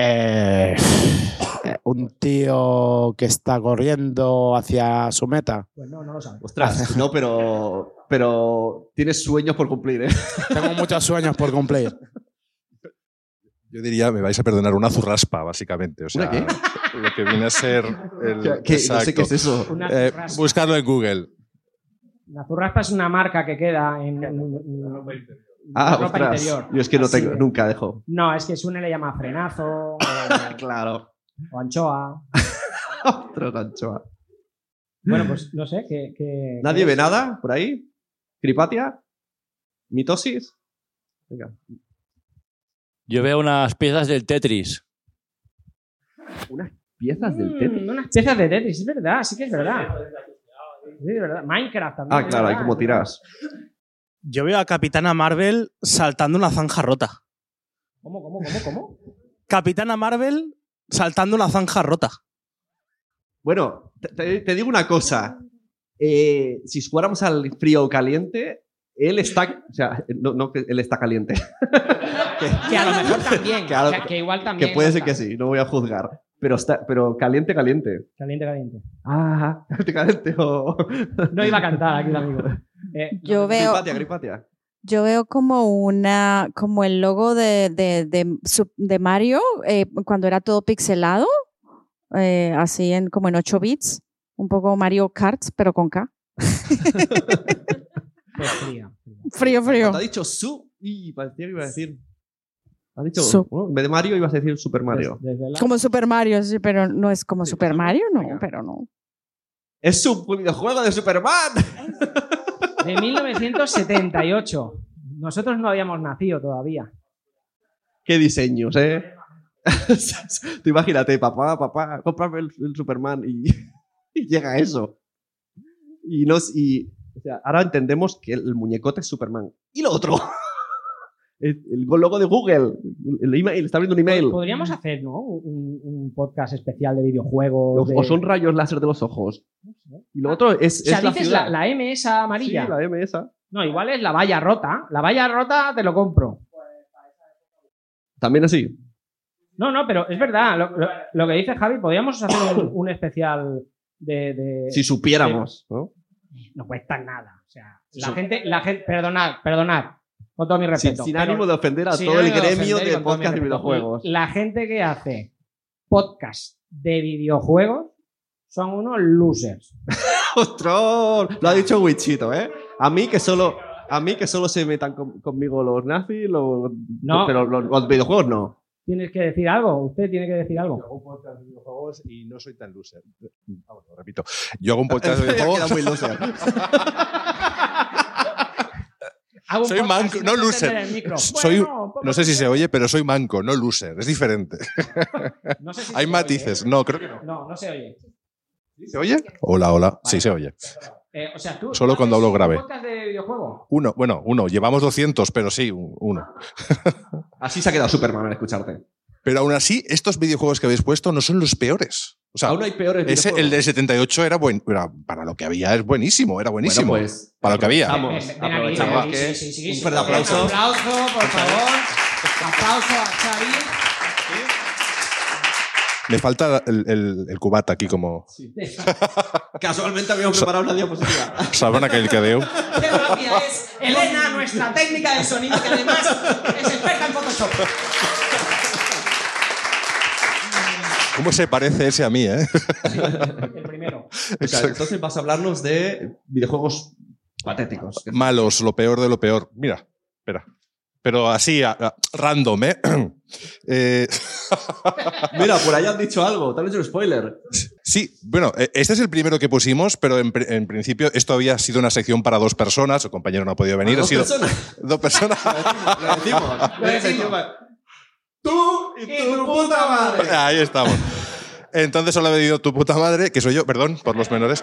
Un tío que está corriendo hacia su meta. Pues no lo sabe. Ostras, no, pero tienes sueños por cumplir, ¿eh? Tengo muchos sueños por cumplir. Yo diría, me vais a perdonar, una zurraspa, básicamente. O sea, ¿Una qué? Lo que viene a ser el... No sé qué es eso. Buscarlo en Google. La zurraspa es una marca que queda en... ropa ostras. interior. Yo es que no Así tengo, de- nunca dejo. No, es que Sune le llama frenazo Claro. o anchoa. Otro anchoa. Bueno, pues no sé, que ¿Nadie ve nada por ahí? ¿Cripatia? ¿Mitosis? Venga. Yo veo unas piezas del Tetris. Unas piezas del Tetris. Unas piezas de Tetris, es verdad, sí que es verdad. Sí, es verdad. Minecraft también. Ah, es claro, ahí verdad. como tiras. Yo veo a Capitana Marvel saltando una zanja rota. ¿Cómo? Capitana Marvel saltando una zanja rota. Bueno, te digo una cosa. Si jugáramos al frío o caliente, él está. O sea, no que él está caliente. Que a lo mejor también. Que a lo- o sea, que igual también. Que puede lo ser que está. sí, no voy a juzgar. Pero caliente. Caliente. Ah, caliente o. No iba a cantar aquí el amigo. Yo veo, Gripatia. yo veo como el logo de Mario cuando era todo pixelado, así como en 8 bits, un poco Mario Kart, pero con K. Pues fría. Frío. Cuando ha dicho su, y parecía que iba a decir. Ha dicho, Su. bueno, en vez de Mario ibas a decir Super Mario. Como Super Mario, sí, pero no es como Super Mario, no, pero no. Es un videojuego de Superman. De 1978. Nosotros no habíamos nacido todavía. Qué diseños, ¿eh? Tú imagínate, papá, cómprame el Superman y llega eso. O sea, ahora entendemos que el muñecote es Superman. ¿Y lo otro? El logo de Google. El email, está abriendo un email. Podríamos hacer, ¿no? Un podcast especial de videojuegos. O son rayos láser de los ojos. Y lo otro es, O sea, es la dices ciudad. la M esa amarilla. Sí, la M esa. No, igual es la valla rota. La valla rota te lo compro. También así. No, pero es verdad. Lo que dice Javi, podríamos hacer un especial de. Si supiéramos, ¿no? No cuesta nada. O sea, la gente. Perdonad. Con todo mi Sin, respeto. sin pero- ánimo de ofender a sin todo el ánimo de gremio ofender y de con todo mi podcast de respeto. videojuegos. La gente que hace podcast de videojuegos son unos losers. ¡Ostras! Lo ha dicho Wichito, ¿eh? A mí que solo se metan conmigo los nazis, No. pero los videojuegos no. Tienes que decir algo. Usted tiene que decir algo. Hago un podcast de videojuegos y no soy tan loser. Vamos, lo repito. Yo hago un podcast de Queda videojuegos. muy loser. Hago un Soy podcast manco, y no sé loser. encender el micro. Soy, Bueno, no sé si se oye, pero soy manco, no loser. Es diferente. no sé si Hay se matices. oye, ¿eh? No, creo que no. No se oye. ¿Se oye? Hola. Sí, se oye. O sea, tú. Solo cuando hablo grave. ¿Un podcast de videojuego? Uno. Llevamos 200, pero sí, uno. Así se ha quedado Superman al escucharte. Pero aún así, estos videojuegos que habéis puesto no son los peores. O sea, Aún hay peores ese, videojuegos. el del 78 era para lo que había, es buenísimo, era buenísimo. Bueno, pues, para lo que había. aprovechamos que Sí, un fuerte aplauso. Un aplauso, por favor. Aplauso a Xavi. Me falta el cubata aquí como... Casualmente habíamos preparado una diapositiva. Saben aquel que veo. Qué gracia es Elena, nuestra técnica de sonido, que además es experta en Photoshop. ¿Cómo se parece ese a mí, eh? El primero. O sea, entonces vas a hablarnos de videojuegos patéticos. Malos, lo peor de lo peor. Mira, espera. Pero así, random, ¿eh? Mira, por ahí han dicho algo. Te han hecho un spoiler. Sí, bueno, este es el primero que pusimos, pero en principio esto había sido una sección para 2 personas. El compañero no ha podido venir. ¿Dos ha sido personas? 2 personas. Lo decimos. Tú y tu puta madre. Ahí estamos. Entonces solo ha venido tu puta madre, que soy yo, perdón, por los menores.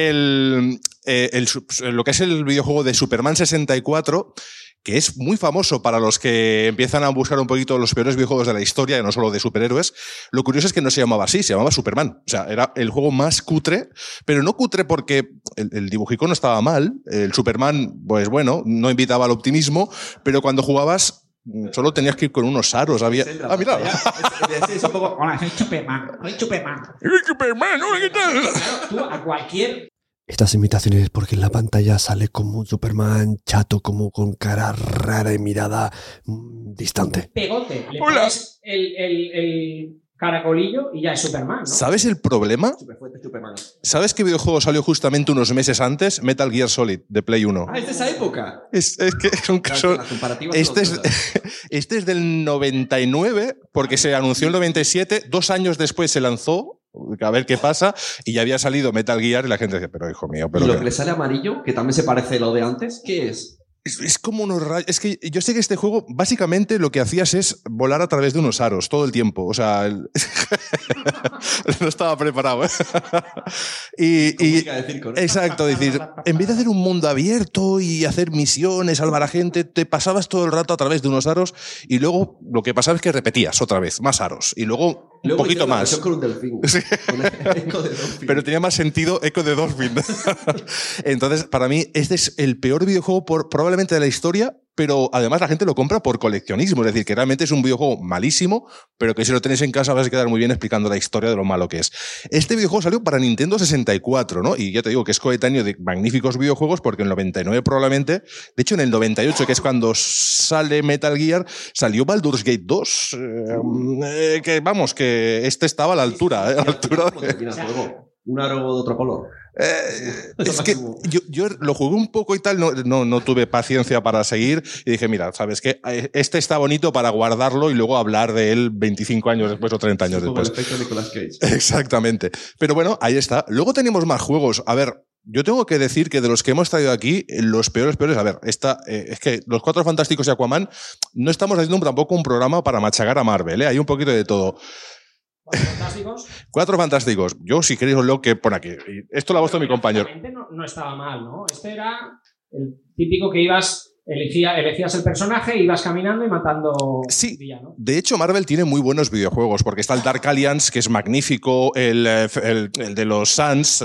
Lo que es el videojuego de Superman 64, que es muy famoso para los que empiezan a buscar un poquito los peores videojuegos de la historia, y no solo de superhéroes. Lo curioso es que no se llamaba así, se llamaba Superman. O sea, era el juego más cutre, pero no cutre porque el dibujico no estaba mal. El Superman, pues bueno, no invitaba al optimismo, pero cuando jugabas solo tenías que ir con unos aros. Había... Ah, mira. Es un poco... Hola, soy Superman. Superman, hola, ¿qué tal? Claro, tú a cualquier... Estas imitaciones porque en la pantalla sale como un Superman chato, como con cara rara y mirada distante. pegote. Le Hola. pones el caracolillo y ya es Superman, ¿no? ¿Sabes el problema? Superman. ¿Sabes qué videojuego salió justamente unos meses antes? Metal Gear Solid, de Play 1. Ah, es de esa época. Es que es un caso. Este es del 99, porque se anunció en el 97, 2 años después se lanzó, a ver qué pasa, y ya había salido Metal Gear y la gente decía, pero hijo mío, pero. ¿Y lo que le sale amarillo, que también se parece a lo de antes, qué es? Es como unos rayos. Es que yo sé que este juego, básicamente, lo que hacías es volar a través de unos aros todo el tiempo. O sea, no estaba preparado. Música de circo, ¿no? Exacto, decir, en vez de hacer un mundo abierto y hacer misiones, salvar a gente, te pasabas todo el rato a través de unos aros y luego lo que pasaba es que repetías otra vez, más aros. Y luego un poquito más. Con un delfín. Sí. Con eco de Dolphin. Pero tenía más sentido Echo de Dolphin. Entonces, para mí, este es el peor videojuego probablemente de la historia, pero además la gente lo compra por coleccionismo. Es decir, que realmente es un videojuego malísimo, pero que si lo tenéis en casa vas a quedar muy bien explicando la historia de lo malo que es. Este videojuego salió para Nintendo 64, ¿no? Y ya te digo que es coetáneo de magníficos videojuegos, porque en el 99 probablemente, de hecho en el 98, que es cuando sale Metal Gear, salió Baldur's Gate 2, que vamos, que este estaba a la altura. A la altura un aro de otro color. Es que yo lo jugué un poco y tal, no tuve paciencia para seguir y dije, mira, ¿sabes qué? Este está bonito para guardarlo y luego hablar de él 25 años después o 30 años después. El efecto Nicolas Cage. Exactamente. Pero bueno, ahí está. Luego tenemos más juegos. A ver, yo tengo que decir que de los que hemos traído aquí, los peores, a ver, es que Los Cuatro Fantásticos y Aquaman, no estamos haciendo tampoco un programa para machacar a Marvel, ¿eh? Hay un poquito de todo. ¿Fantásticos? Cuatro Fantásticos. Yo, si queréis, os leo que pone aquí. Esto lo ha puesto mi compañero. No estaba mal, ¿no? Este era el típico que elegías el personaje, ibas caminando y matando villanos. De hecho, Marvel tiene muy buenos videojuegos, porque está el Dark Alliance, que es magnífico, el de los Suns,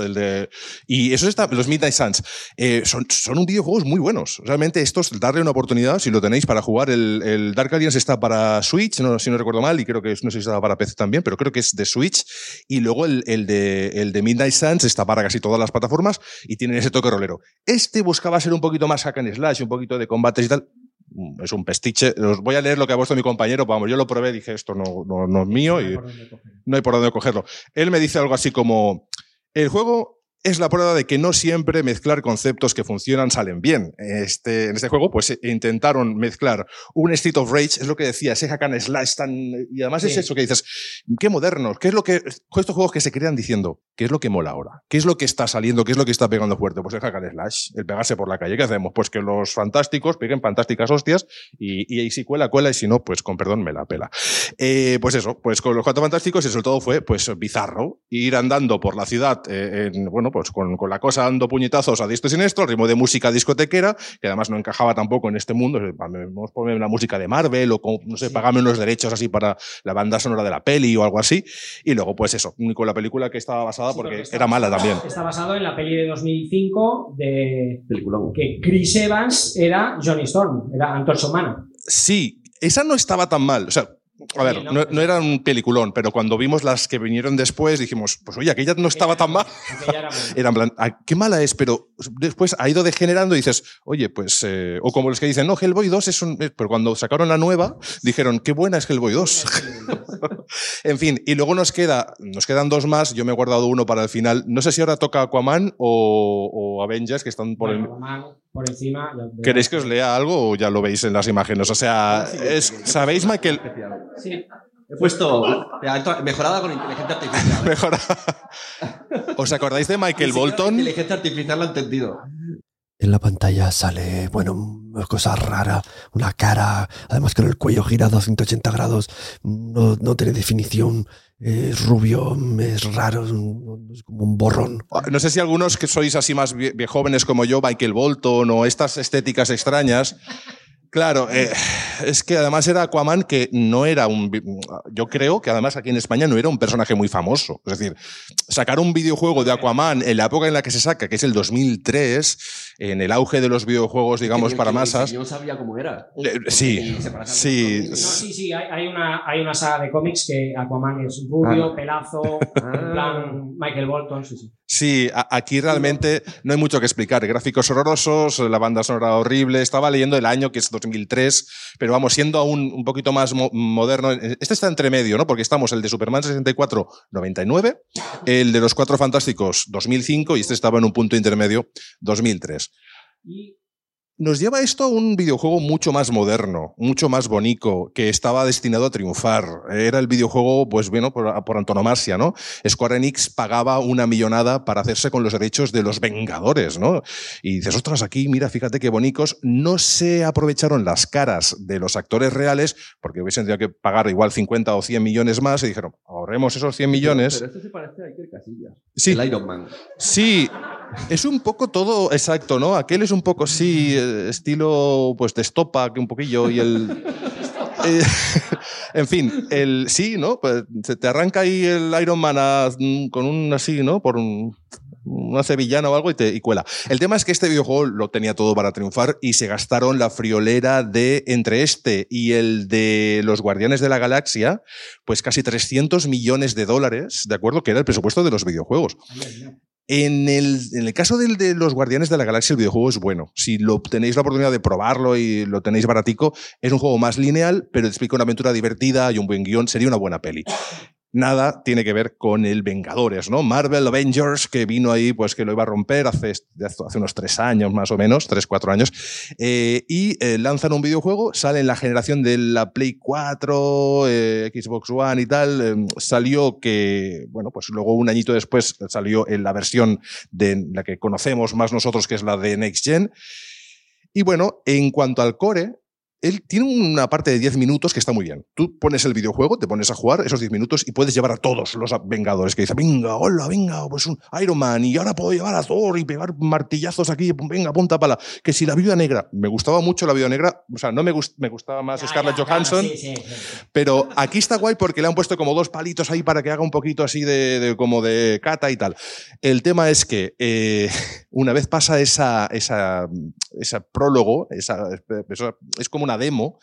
y eso está, los Midnight Suns. Son videojuegos muy buenos. Realmente estos, darle una oportunidad, si lo tenéis para jugar. El Dark Alliance está para Switch, si no recuerdo mal, y creo que no sé si está para PC también, pero creo que es de Switch. Y luego el de Midnight Suns está para casi todas las plataformas y tiene ese toque rolero. Este buscaba ser un poquito más hack and slash, un poquito de combates y tal. Es un pestiche. Os voy a leer lo que ha puesto mi compañero. Vamos, yo lo probé y dije, esto no es mío y no hay por dónde cogerlo. Él me dice algo así como, el juego es la prueba de que no siempre mezclar conceptos que funcionan salen bien. En este juego pues intentaron mezclar un Street of Rage, es lo que decía, ese hack and slash tan... Y además es eso que dices, qué modernos, qué es lo que... Estos juegos que se crean diciendo, ¿qué es lo que mola ahora? ¿Qué es lo que está saliendo? ¿Qué es lo que está pegando fuerte? Pues el hack and slash, el pegarse por la calle. ¿Qué hacemos? Pues que los fantásticos peguen fantásticas hostias y si cuela, y si no, pues con perdón me la pela. Pues eso, pues con los Cuatro Fantásticos el resultado fue pues bizarro, ir andando por la ciudad pues con la cosa dando puñetazos a diestro y siniestro, ritmo de música discotequera, que además no encajaba tampoco en este mundo. Vamos a poner la música de Marvel o, no sé, pagarme unos derechos así para la banda sonora de la peli o algo así. Y luego, pues eso, con la película que estaba basada, porque era mala también. Está basado en la peli de 2005 de que Chris Evans era Johnny Storm, era Antorcha Humana. Sí, esa no estaba tan mal. O sea, a ver, no era un peliculón, pero cuando vimos las que vinieron después dijimos, pues oye, aquella no estaba tan mal. Era en plan, qué mala es, pero después ha ido degenerando y dices, oye, pues... o como los que dicen, no, Hellboy 2 es un... Pero cuando sacaron la nueva, dijeron, qué buena es Hellboy 2. En fin, y luego nos quedan 2 más, yo me he guardado uno para el final. No sé si ahora toca Aquaman o Avengers, que están por por encima. ¿Queréis que os lea algo o ya lo veis en las imágenes? O sea, ¿sabéis, Michael? Sí. He puesto mejorada con inteligencia artificial. Mejorada. ¿Os acordáis de Michael Bolton? La inteligencia artificial lo he entendido. En la pantalla sale, una cosa rara, una cara, además con el cuello girado a 180 grados, no tiene definición, es rubio, es raro, es como un borrón. No sé si algunos que sois así más jóvenes como yo, Michael Bolton o estas estéticas extrañas... Claro, es que además era Aquaman, que no era yo creo que además aquí en España no era un personaje muy famoso. Es decir, sacar un videojuego de Aquaman en la época en la que se saca, que es el 2003, en el auge de los videojuegos, digamos, para masas. Yo no sabía cómo era. Sí. Sí, hay una saga de cómics que Aquaman es rubio, pelazo, en plan Michael Bolton, sí. Sí, aquí realmente no hay mucho que explicar. Gráficos horrorosos, la banda sonora horrible. Estaba leyendo el año, que es 2003, pero vamos, siendo aún un poquito más moderno. Este está entre medio, ¿no? Porque estamos el de Superman 64, 99, el de Los Cuatro Fantásticos, 2005, y este estaba en un punto intermedio, 2003. Nos lleva esto a un videojuego mucho más moderno, mucho más bonito, que estaba destinado a triunfar. Era el videojuego, pues bueno, por antonomasia, ¿no? Square Enix pagaba una millonada para hacerse con los derechos de los Vengadores, ¿no? Y dices, ostras, aquí, mira, fíjate qué bonitos. No se aprovecharon las caras de los actores reales, porque hubiesen tenido que pagar igual 50 o 100 millones más, y dijeron, ahorremos esos 100 millones. Pero este se parece a Iker Casillas. Sí. El Iron Man. Sí. Es un poco todo exacto, ¿no? Aquel es un poco, sí, estilo pues de estopa, que un poquillo, y el... en fin, sí, ¿no? Pues se te arranca ahí el Iron Man con un así, ¿no? Por una sevillana o algo y cuela. El tema es que este videojuego lo tenía todo para triunfar y se gastaron la friolera de, entre este y el de los Guardianes de la Galaxia, pues casi 300 millones de dólares, ¿de acuerdo? Que era el presupuesto de los videojuegos. En el caso de los Guardianes de la Galaxia, el videojuego es bueno. Si tenéis la oportunidad de probarlo y lo tenéis baratico, es un juego más lineal, pero te explica una aventura divertida y un buen guión. Sería una buena peli. Nada tiene que ver con el Vengadores, ¿no? Marvel Avengers, que vino ahí, pues que lo iba a romper hace unos 3 años más o menos, 3-4 años, y lanzan un videojuego, sale en la generación de la Play 4, Xbox One y tal, salió que, bueno, pues luego un añito después salió en la versión de la que conocemos más nosotros, que es la de Next Gen. Y bueno, en cuanto al core, él tiene una parte de 10 minutos que está muy bien. Tú pones el videojuego, te pones a jugar esos 10 minutos y puedes llevar a todos los Vengadores que dicen, venga, hola, venga, pues un Iron Man y ahora puedo llevar a Thor y pegar martillazos aquí, venga, punta pala. Que si la Viuda Negra, me gustaba mucho la Viuda Negra, o sea, no me gustaba más Scarlett Johansson, sí. Pero aquí está guay porque le han puesto como 2 palitos ahí para que haga un poquito así como de cata y tal. El tema es que una vez pasa esa prólogo, es como una demo,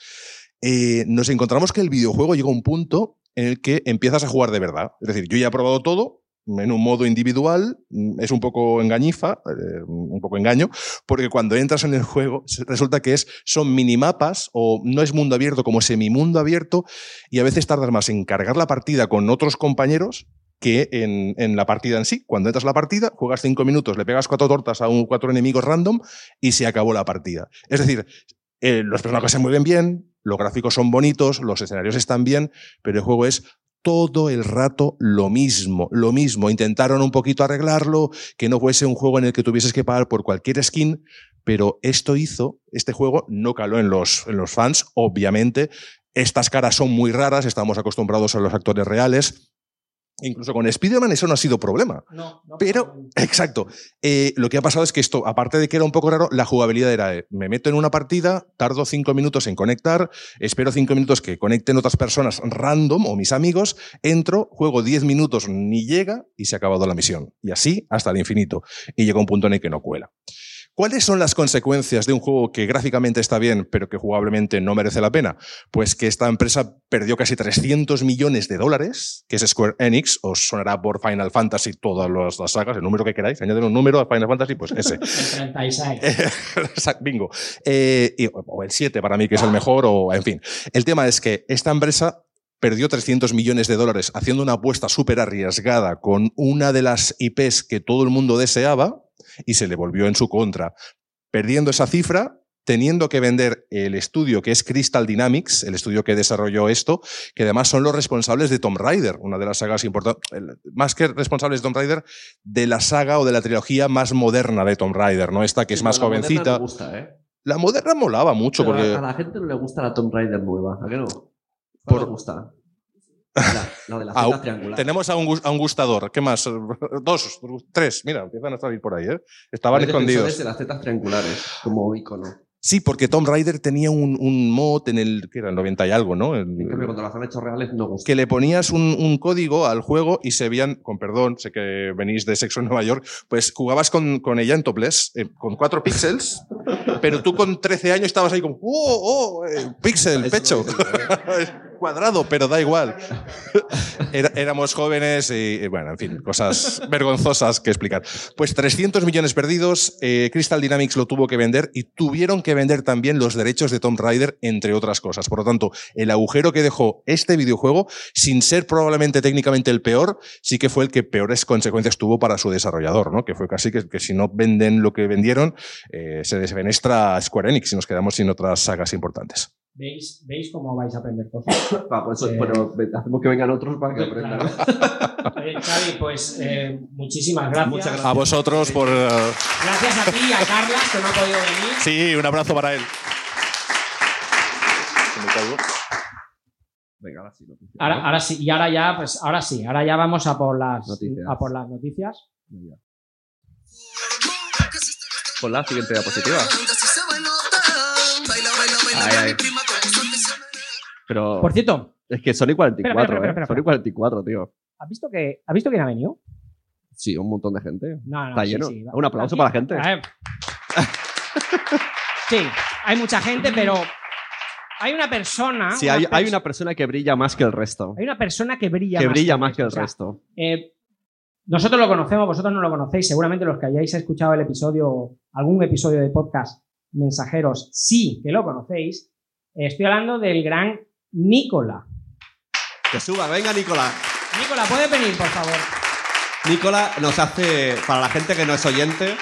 nos encontramos que el videojuego llega a un punto en el que empiezas a jugar de verdad. Es decir, yo ya he probado todo en un modo individual, es un poco engañifa, un poco engaño, porque cuando entras en el juego resulta que son minimapas o no es mundo abierto, como semimundo abierto, y a veces tardas más en cargar la partida con otros compañeros que en la partida en sí. Cuando entras a la partida, juegas 5 minutos, le pegas 4 tortas a 4 enemigos random y se acabó la partida. Es decir, los personajes se mueven bien, los gráficos son bonitos, los escenarios están bien, pero el juego es todo el rato lo mismo. Intentaron un poquito arreglarlo, que no fuese un juego en el que tuvieses que pagar por cualquier skin, pero este juego no caló en los fans, obviamente. Estas caras son muy raras, estamos acostumbrados a los actores reales. Incluso con Spider-Man eso no ha sido problema. No, pero, exacto. Lo que ha pasado es que esto, aparte de que era un poco raro, la jugabilidad era, me meto en una partida, tardo 5 minutos en conectar, espero 5 minutos que conecten otras personas random o mis amigos, entro, juego 10 minutos, ni llega y se ha acabado la misión. Y así hasta el infinito. Y llega un punto en el que no cuela. ¿Cuáles son las consecuencias de un juego que gráficamente está bien, pero que jugablemente no merece la pena? Pues que esta empresa perdió casi 300 millones de dólares, que es Square Enix, os sonará por Final Fantasy todas las sagas, el número que queráis, añaden un número a Final Fantasy, pues ese. El 36. Bingo. O el 7 para mí, que es el mejor, o en fin. El tema es que esta empresa perdió 300 millones de dólares haciendo una apuesta súper arriesgada con una de las IPs que todo el mundo deseaba, y se le volvió en su contra. Perdiendo esa cifra, teniendo que vender el estudio que es Crystal Dynamics, el estudio que desarrolló esto, que además son los responsables de Tomb Raider, una de las sagas importantes, más que responsables de Tomb Raider, de la saga o de la trilogía más moderna de Tomb Raider, ¿no? Esta que es más jovencita. Me gusta, ¿eh? La moderna molaba mucho. Pero porque a la gente no le gusta la Tomb Raider nueva, ¿a qué no? ¿No le gusta? La de la cinta triangular. Tenemos a un gustador. ¿Qué más? 2, 3. Mira, empiezan a salir por ahí, ¿eh? Estaban Hay escondidos. de las tetas triangulares, como icono. Sí, porque Tomb Raider tenía un mod en el, que era el 90 y algo, ¿no? En cambio, cuando las han hecho reales no gusta. Que le ponías un código al juego y se veían, con perdón, sé que venís de Sexo en Nueva York, pues jugabas con ella en topless, con 4 píxeles, pero tú con 13 años estabas ahí como, píxel, pecho. Cuadrado, pero da igual. Éramos jóvenes y, bueno, en fin, cosas vergonzosas que explicar. Pues 300 millones perdidos, Crystal Dynamics lo tuvo que vender y tuvieron que vender también los derechos de Tomb Raider, entre otras cosas. Por lo tanto, el agujero que dejó este videojuego, sin ser probablemente técnicamente el peor, sí que fue el que peores consecuencias tuvo para su desarrollador, ¿no? Que fue casi que si no venden lo que vendieron, se desfenestra Square Enix y nos quedamos sin otras sagas importantes. ¿Veis cómo vais a aprender cosas? Por eso, pero hacemos que vengan otros para que aprendan. Claro. Xavi, pues muchísimas gracias. Muchas gracias. A vosotros por... Gracias a ti, a Carlas, que no ha podido venir. Sí, un abrazo para él. Venga, ahora sí. Noticias. Ahora sí, y ahora ya, pues ahora ya vamos a por las noticias. Con la siguiente diapositiva. Pero por cierto, es que Sonic 44, espera. Sonic 44, tío. ¿Has visto quién ha venido? Sí, un montón de gente. No, está lleno. Sí. Un aplauso para la gente. Sí, hay mucha gente, pero hay una persona. Sí, hay una persona que brilla más que el resto. Hay una persona que brilla más que el resto. Nosotros lo conocemos, vosotros no lo conocéis. Seguramente los que hayáis escuchado algún episodio de podcast Mensajeros, sí que lo conocéis. Estoy hablando del gran Nicola. Que suba, venga Nicola. Nicola, ¿puedes venir, por favor? Nicola nos hace, para la gente que no es oyente,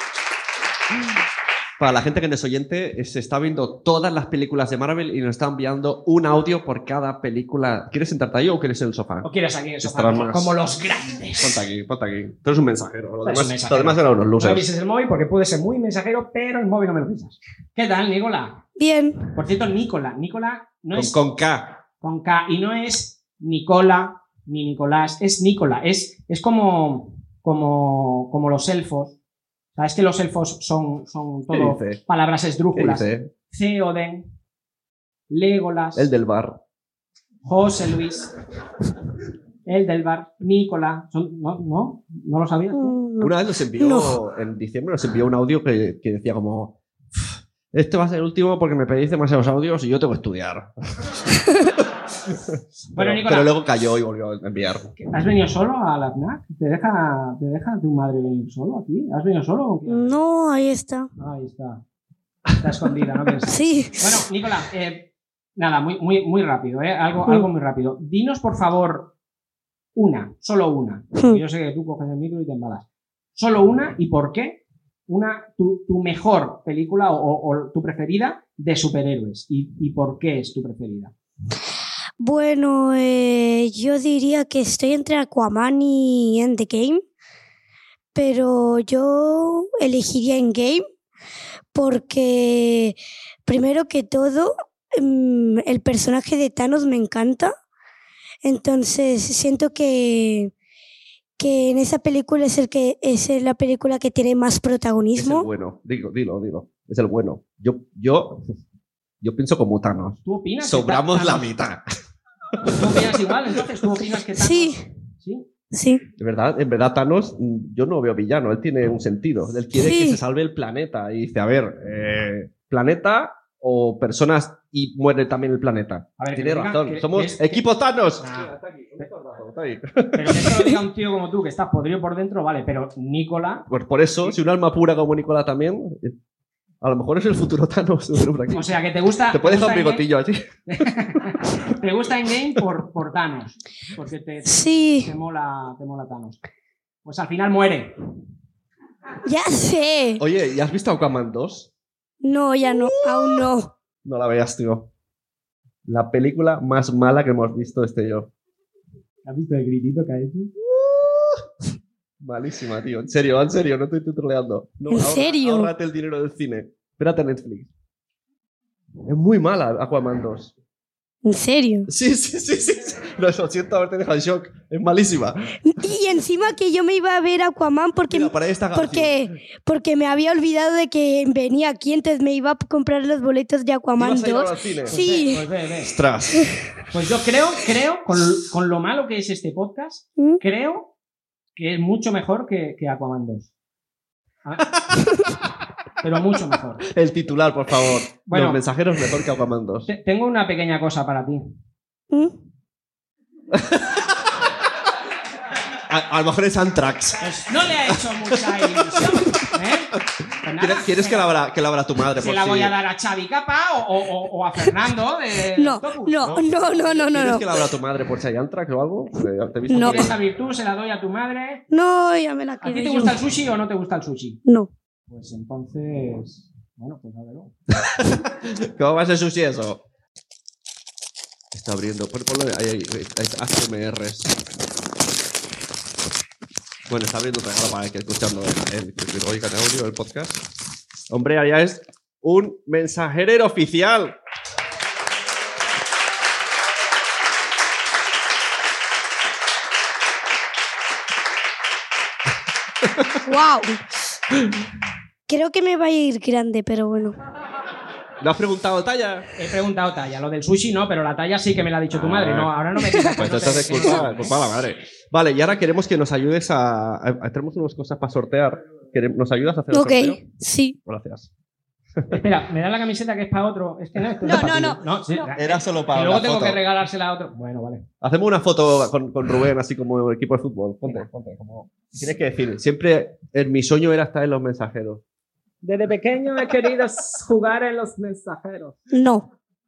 se está viendo todas las películas de Marvel y nos está enviando un audio por cada película. ¿Quieres sentarte ahí o quieres en el sofá? ¿O quieres aquí en el sofá? Como los grandes. Ponte aquí. Tú eres un mensajero. Lo demás eran unos losers. No avises el móvil porque puede ser muy mensajero, pero el móvil no me lo pisas. ¿Qué tal, Nicola? Bien. Por cierto, Nicola no es... Con K. Con K. Y no es Nicola ni Nicolás. Es Nicola. Es como los elfos. ¿Sabes que los elfos son todo palabras esdrújulas? Theoden, Legolas. El del bar. José Luis. El del bar. Nicola. ¿No lo sabías? Una vez nos envió, en diciembre, nos envió un audio que decía como: este va a ser el último porque me pedís demasiados audios y yo tengo que estudiar. Bueno, Nicola, pero luego cayó y volvió a enviar. ¿Has venido solo a la FNAC? ¿Te deja tu madre venir solo aquí? ¿Has venido solo o qué? No, ahí está. Ahí está. Está escondida, ¿no? Sí. Bueno, Nicola, nada, muy rápido, algo muy rápido. Dinos, por favor, solo una. Yo sé que tú coges el micro y te embalas. Solo una y por qué. Tu mejor película o tu preferida de superhéroes. ¿Y por qué es tu preferida? Bueno, yo diría que estoy entre Aquaman y Endgame, pero yo elegiría Endgame porque, primero que todo, el personaje de Thanos me encanta, entonces siento que en esa película es la película que tiene más protagonismo. Es el bueno, dilo, es el bueno. Yo pienso como Thanos. ¿Tú opinas? Sobramos la mitad. ¿Tú opinas igual? Entonces, ¿tú opinas que Thanos... Sí. En verdad, Thanos, yo no veo villano. Él tiene un sentido. Él quiere que se salve el planeta. Y dice, a ver, planeta o personas y muere también el planeta. A ver, tiene razón. Somos equipo Thanos. Está aquí. Pero que eso lo diga un tío como tú, que estás podrido por dentro, vale. Pero Nicola... Pues por eso, si un alma pura como Nicola también... A lo mejor es el futuro Thanos. O sea, que te gusta... Te puedes dejar un bigotillo así. Te gusta Endgame por Thanos. Porque te mola Thanos. Pues al final muere. Ya sé. Oye, ¿ya has visto Aquaman 2? No, ya no. Aún no. No la veas, tío. La película más mala que hemos visto yo. ¿Has visto el gritito que ha hecho? Malísima, tío. En serio, no estoy troleando. No, ¿En serio? Ahórrate el dinero del cine. Espérate a Netflix. Es muy mala Aquaman 2. ¿En serio? Sí. Lo siento haberte dejado en shock. Es malísima. Y encima que yo me iba a ver Aquaman porque, Mira, por ahí está porque me había olvidado de que venía aquí, entonces me iba a comprar los boletos de Aquaman ¿Ibas a ir ahora 2. al cine? Sí. Pues ve. Ostras. Pues yo creo, con lo malo que es este podcast, creo que es mucho mejor que Aquaman 2. Pero mucho mejor. El titular, por favor. Bueno. Los mensajeros mejor que Aquaman 2. Tengo una pequeña cosa para ti. A lo mejor es Anthrax. Pues no le ha hecho mucha ilusión. Pues nada, ¿Quieres que la abra tu madre? se por la si- voy a dar a Xavi Capa o a Fernando de No, Octopus, no. ¿Quieres que la abra tu madre por si hay Anthrax o algo? Te he visto No. por- ¿Quieres abrir tú? ¿Se la doy a tu madre? No, ya me la ¿A quedé ti te yo. gusta el sushi o no te gusta el sushi? No. Pues entonces... Bueno, pues ábrelo. ¿Cómo va a ser sushi eso? Está abriendo. Ponlo ahí, ASMRs. Bueno, está abriendo un regalo para el que escuchando el oigan audio del podcast. Hombre, allá es un mensajerero oficial. ¡Wow! Creo que me va a ir grande, pero bueno. ¿No has preguntado talla? He preguntado talla. Lo del sushi no, pero la talla sí que me la ha dicho tu madre. No, ahora no me digas. Pues entonces es culpa de la madre. Vale, y ahora queremos que nos ayudes tenemos unas cosas para sortear. ¿Nos ayudas a hacer el Ok, sorteo? sí. Gracias. Espera, me da la camiseta que es para otro. Es que no, esto No, es para no, ti. no. Sí, Era solo para y luego la tengo foto. que regalársela a otro. Bueno, vale. Hacemos una foto con Rubén, así como equipo de fútbol. Ponte. Como... Tienes que decir, siempre mi sueño era estar en los mensajeros. Desde pequeño he querido jugar en los mensajeros. No.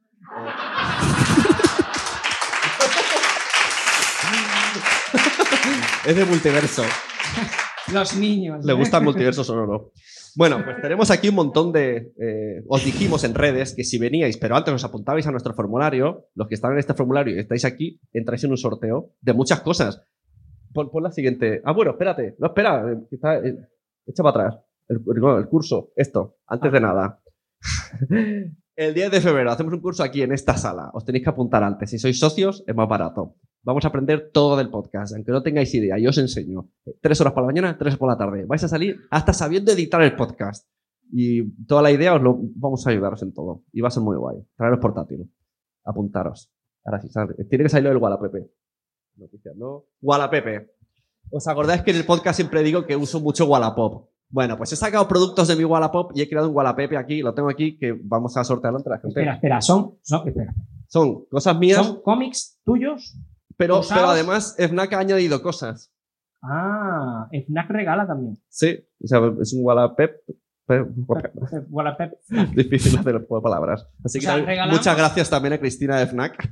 Es de multiverso. Los niños. ¿Le gusta el multiverso sonoro? Bueno, pues tenemos aquí un montón de... os dijimos en redes que si veníais, pero antes os apuntabais a nuestro formulario, los que están en este formulario y estáis aquí, entráis en un sorteo de muchas cosas. Pon la siguiente. Ah, bueno, espérate. No, espera. Echa para atrás. El curso. Esto. Antes de nada. El 10 de febrero hacemos un curso aquí en esta sala. Os tenéis que apuntar antes. Si sois socios, es más barato. Vamos a aprender todo del podcast, aunque no tengáis idea. Yo os enseño. 3 horas por la mañana, 3 por la tarde. Vais a salir hasta sabiendo editar el podcast. Y toda la idea vamos a ayudaros en todo. Y va a ser muy guay. Traeros portátil. Apuntaros. Ahora sí, tiene que salir el Wallapop. Noticias, ¿no? Wallapop. ¿Os acordáis que en el podcast siempre digo que uso mucho Wallapop? Bueno, pues he sacado productos de mi Wallapop y he creado un Wallapop aquí, lo tengo aquí, que vamos a sortearlo entre la gente. Espera, Son cosas mías. ¿Son cómics tuyos? Pero usados. además FNAC ha añadido cosas. Ah, FNAC regala también. Sí, o sea, es un Wallapop. Wallapop. Difícil hacer el juego de palabras. Así que O sea, también, regalamos- muchas gracias también a Cristina de FNAC.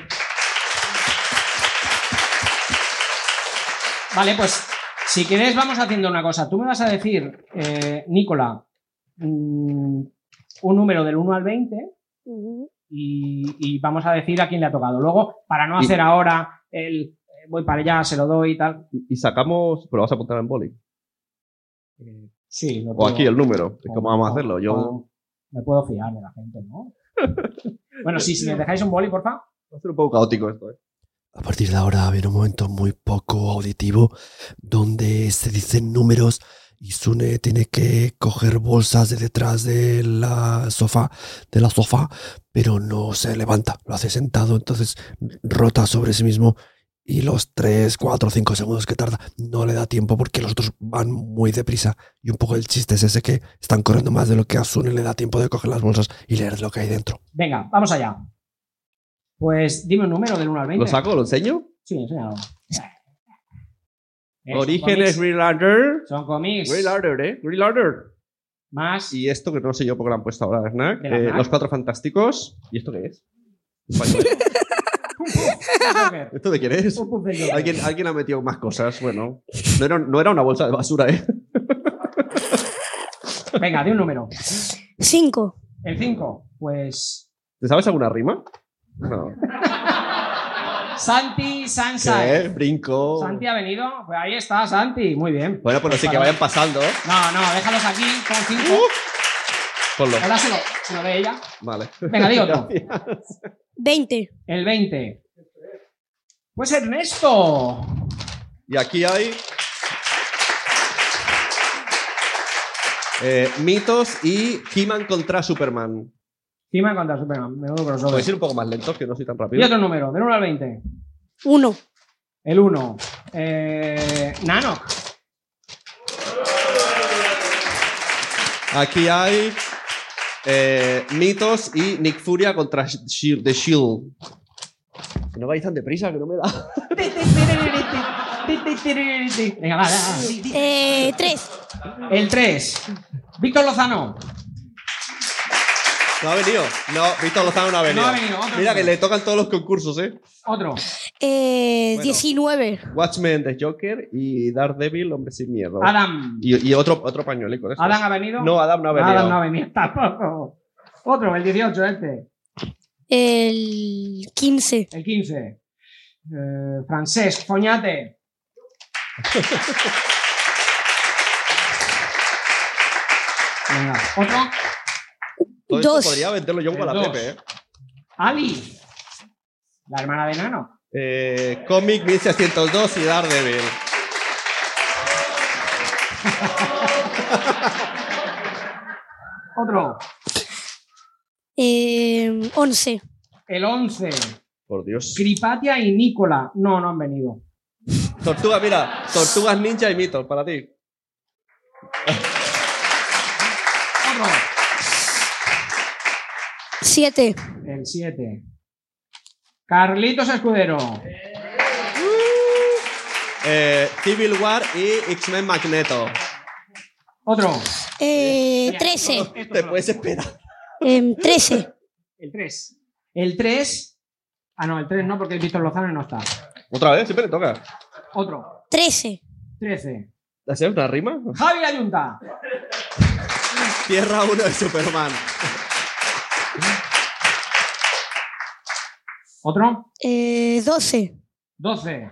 Vale, pues si quieres vamos haciendo una cosa. Tú me vas a decir, Nicola, un número del 1 al 20 y vamos a decir a quién le ha tocado. Luego, para no hacer ahora el voy para allá, se lo doy y tal. Y sacamos, pero vas a apuntar en boli. Sí, lo O aquí tengo. el número. ¿Cómo vamos a hacerlo? Yo... Me puedo fiar de la gente, ¿no? Bueno, sí, si me dejáis un boli, porfa. Va a ser un poco caótico esto, ¿eh? A partir de ahora viene un momento muy poco auditivo donde se dicen números y Sune tiene que coger bolsas de detrás de la sofá, pero no se levanta, lo hace sentado, entonces rota sobre sí mismo y los 3, 4, 5 segundos que tarda no le da tiempo porque los otros van muy deprisa y un poco el chiste es ese que están corriendo más de lo que a Sune le da tiempo de coger las bolsas y leer lo que hay dentro. Venga, vamos allá. Pues dime un número del 1 al 20. ¿Lo saco? ¿Lo enseño? Sí, enséñalo. Orígenes Green Lantern. Son cómics. Green Lantern, ¿eh? Green Lantern. Más. Y esto que no sé yo por qué lo han puesto ahora, Snack. ¿De la FNAC? Los Cuatro Fantásticos. ¿Y esto qué es? ¿Esto de quién es? ¿Alguien ha metido más cosas. Bueno, no era una bolsa de basura, ¿eh? Venga, di un número. 5. El 5, pues... ¿Te sabes alguna rima? No. Santi Sansai. ¿Qué? Brinco. Santi ha venido. Pues ahí está, Santi. Muy bien. Bueno, pues sí, que vayan pasando. No, déjalos aquí con 5. Ponlo. Ahora se lo ve ella. Vale. Venga, di otro. Gracias. 20. El 20. Pues Ernesto. Y aquí hay mitos y He-Man contra Superman. He-Man contra Superman. Menudo crossover. Puedes ir un poco más lento, que no soy tan Y rápido. otro número, del 1 al 20. 1. El 1. Nanook. Aquí hay mitos y Nick Furia contra The Shield. Que no vais tan deprisa, que no me da. Venga, va. 3. El 3. Víctor Lozano. No ha venido. No, Víctor Lozano no ha venido. No ha venido, otro Mira no. que le tocan todos los concursos, ¿eh? Otro. 19. Watchmen de Joker y Daredevil, Hombre sin Miedo. Adam. Y otro pañuelico de estos. ¿Adam ha venido? No, Adam no ha venido. Adam no ha venido tampoco. Otro, el 18, este. El 15. El 15. Francesc Foñate. Venga, otro. Todo esto 2. podría venderlo yo con la El Pepe, ¿eh? Ali. La hermana de Nano. Cómic 1602 y Daredevil. Otro. 11. El 11. Por Dios. Cripatia y Nicola. No han venido. Tortuga, mira. Tortugas Ninja y mitos, para ti. Otro. 7. El 7. Carlitos Escudero. Civil War y X-Men Magneto. Otro. 13. Te puedes esperar. 13. El 3. El 3. Ah, no, el 3 no, porque el Víctor Lozano no está. Otra vez, siempre le toca. Otro. 13. 13. ¿Hacer una rima? Javi Ayunta. Tierra 1 de Superman. Otro. 12. 12.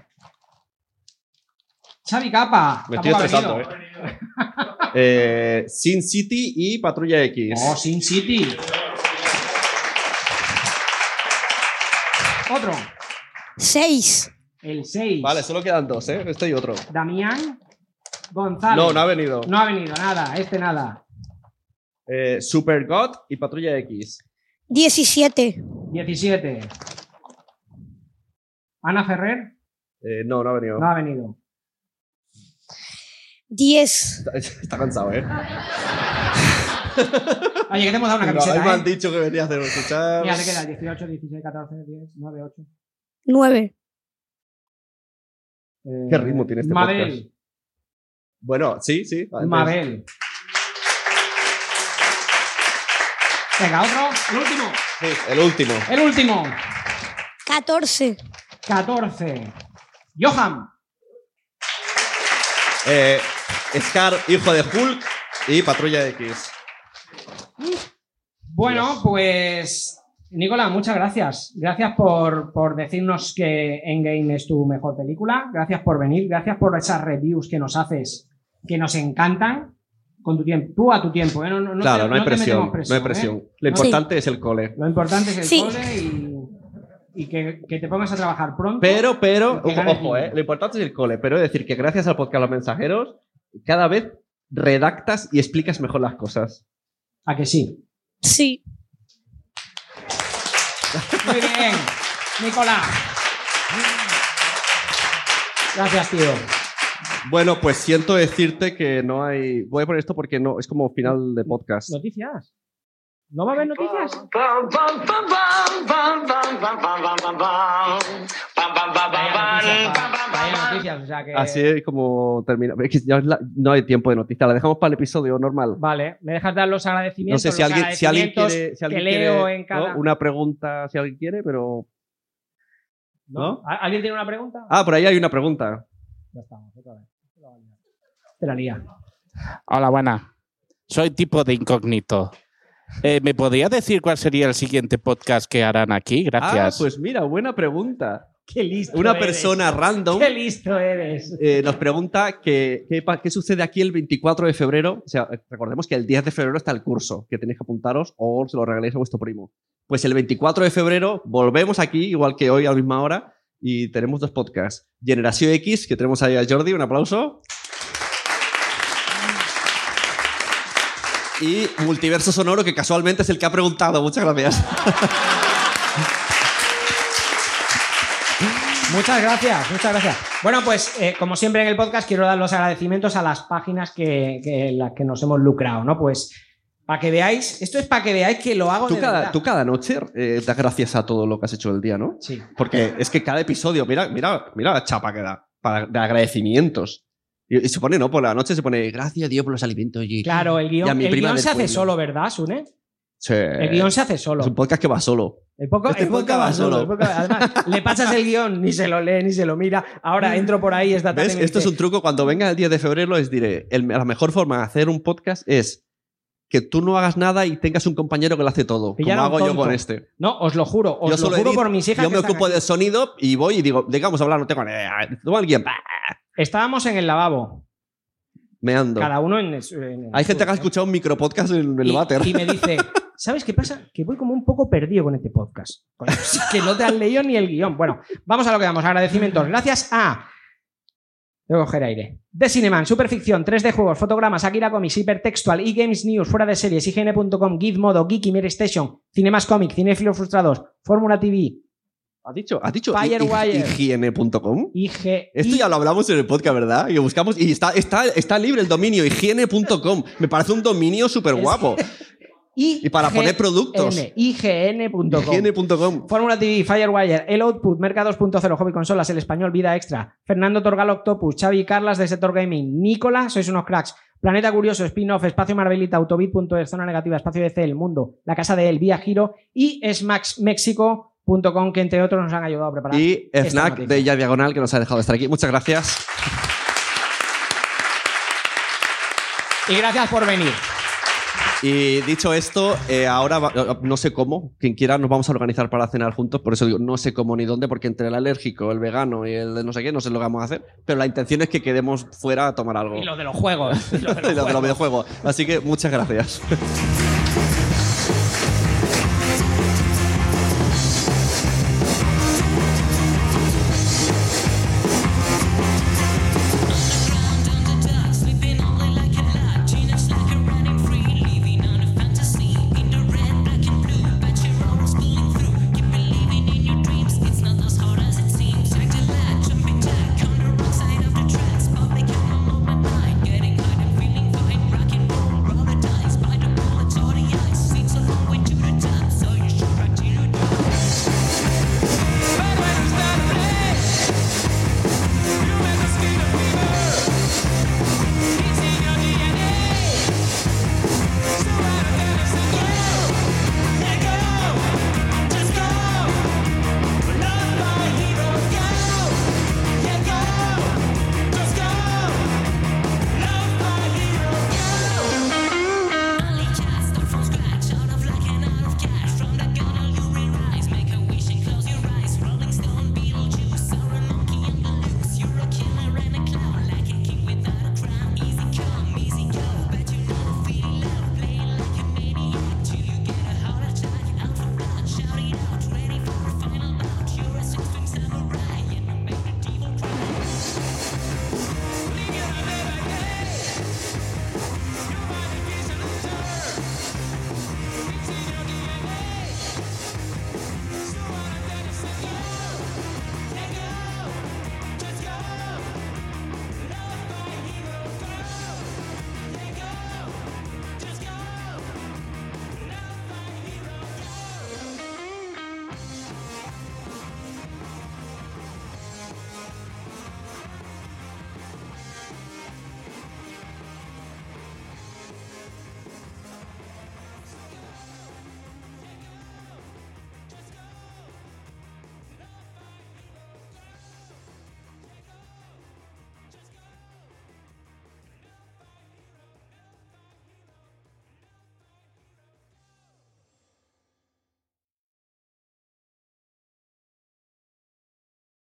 Xavi Capa. Me estoy Tampoco ha estresando, venido. Sin City y Patrulla X. Oh, Sin City. Otro. 6. El 6. Vale, solo quedan 2, ¿eh? Este y otro. Damián González. No, no ha venido. No ha venido, nada. Este nada. Super God y Patrulla X. 17. 17. Ana Ferrer. No, no ha venido. No ha venido. 10. Está cansado, ¿eh? Oye, que te hemos dado una No, camiseta, me han ¿eh? dicho que venías de escuchar. Mira, te queda 18, 16, 14, 10, 9, 8. 9. ¿Qué ritmo tiene este Mabel. podcast? Bueno, sí, sí. Mabel. Venga, otro. El último. Sí, el último. El último. 14. 14. Johan. Scar, hijo de Hulk y Patrulla X. Bueno, pues Nicola, muchas gracias. Gracias por decirnos que Endgame es tu mejor película. Gracias por venir. Gracias por esas reviews que nos haces, que nos encantan. Con tu tiempo, tú a tu tiempo, ¿eh? No, Claro, no hay te metemos presión. No hay presión. ¿eh? Lo importante es el cole. Lo importante es el Sí. cole y que te pongas a trabajar pronto. Pero, y que ganes ojo, dinero. lo importante es el cole. Pero es decir que gracias al podcast Los Mensajeros, cada vez redactas y explicas mejor las cosas. ¿A que sí? Sí. Muy bien, Nicola. Gracias, tío. Bueno, pues siento decirte que no hay. Voy a poner esto porque no es como final de podcast. ¿Noticias? ¿No va a haber noticias? Vaya noticias, o sea que... Así es como termina. Es que ya no hay tiempo de noticias. La dejamos para el episodio normal. Vale, ¿me dejas dar los No agradecimientos? sé si los alguien agradecimientos quiere. Si alguien que leo quiere, en cada... ¿no? Una pregunta, si alguien quiere, pero. ¿No? ¿Alguien tiene una pregunta? Ah, por ahí hay una pregunta. Ya estamos, otra vez. Te la lía. Hola, buena. Soy tipo de incógnito. ¿Me podría decir cuál sería el siguiente podcast que harán aquí? Gracias. Ah, pues mira, buena pregunta. Qué listo Una eres. persona random Qué listo eres. nos pregunta qué sucede aquí el 24 de febrero. O sea, recordemos que el 10 de febrero está el curso, que tenéis que apuntaros o se lo regaléis a vuestro primo. Pues el 24 de febrero volvemos aquí, igual que hoy a la misma hora, Y tenemos 2 podcasts. Generación X, que tenemos ahí a Jordi, un aplauso. Y Multiverso Sonoro, que casualmente es el que ha preguntado. Muchas gracias. Muchas gracias, muchas gracias. Bueno, pues como siempre en el podcast quiero dar los agradecimientos a las páginas las que nos hemos lucrado, ¿no? Pues para que veáis, esto es para que veáis que lo hago de verdad. Tú cada noche das gracias a todo lo que has hecho el día, ¿no? Sí. Porque es que cada episodio, mira la chapa que da de agradecimientos. Y se pone, ¿no? Por la noche se pone gracias a Dios por los alimentos. Claro, el guión se hace solo, ¿verdad, Sune? Sí. El guión se hace solo. Es un podcast que va solo. El podcast va solo. Además, le pasas el guión, ni se lo lee, ni se lo mira. Ahora entro por ahí esta tarde. ¿Ves? Esto es un truco. Cuando venga el 10 de febrero les diré, la mejor forma de hacer un podcast es que tú no hagas nada y tengas un compañero que lo hace todo. Como hago yo con este. No, os lo juro. Os lo juro por mis hijas. Yo me ocupo del sonido y voy y digo, digamos hablar, no tengo ni idea. Toma alguien. Estábamos en el lavabo. Meando. Cada uno en Hay gente que ha escuchado un micropodcast en el váter. Y me dice, ¿sabes qué pasa? Que voy como un poco perdido con este podcast. Que no te has leído ni el guión. Bueno, vamos a lo que vamos. Agradecimientos. Gracias a... Debo coger aire. The Cineman, Superficción, 3D Juegos, Fotogramas, Akira Comics, Hipertextual, eGames News, Fuera de Series, IGN.com, Gizmodo, Geeky, Mir Station, Cinemas Comic, Cinéfilos Frustrados, Fórmula TV. ¿Has dicho Firewire. higiene.com? Esto ya lo hablamos en el podcast, ¿verdad? Y buscamos y está libre el dominio higiene.com. Me parece un dominio súper guapo. Y para poner productos. IGN.com. Fórmula TV, Firewire, El Output, Merca 2.0, Hobby Consolas, El Español, Vida Extra, Fernando Torgal Octopus, Xavi y Carlas de Sector Gaming, Nicola, sois unos cracks, Planeta Curioso, Spin-Off, Espacio Marvelita, Autobit.es, Zona Negativa, Espacio DC, El Mundo, La Casa de él, Vía Giro y SmaxMexico.com, que entre otros nos han ayudado a preparar. Y Snack de Ya Diagonal, que nos ha dejado estar aquí. Muchas gracias. Y gracias por venir. Y dicho esto, ahora no sé cómo, quien quiera nos vamos a organizar para cenar juntos, por eso digo no sé cómo ni dónde, porque entre el alérgico, el vegano y el de no sé qué, no sé lo que vamos a hacer, pero la intención es que quedemos fuera a tomar algo. Y lo de los juegos. Y lo de los videojuegos. Así que muchas gracias.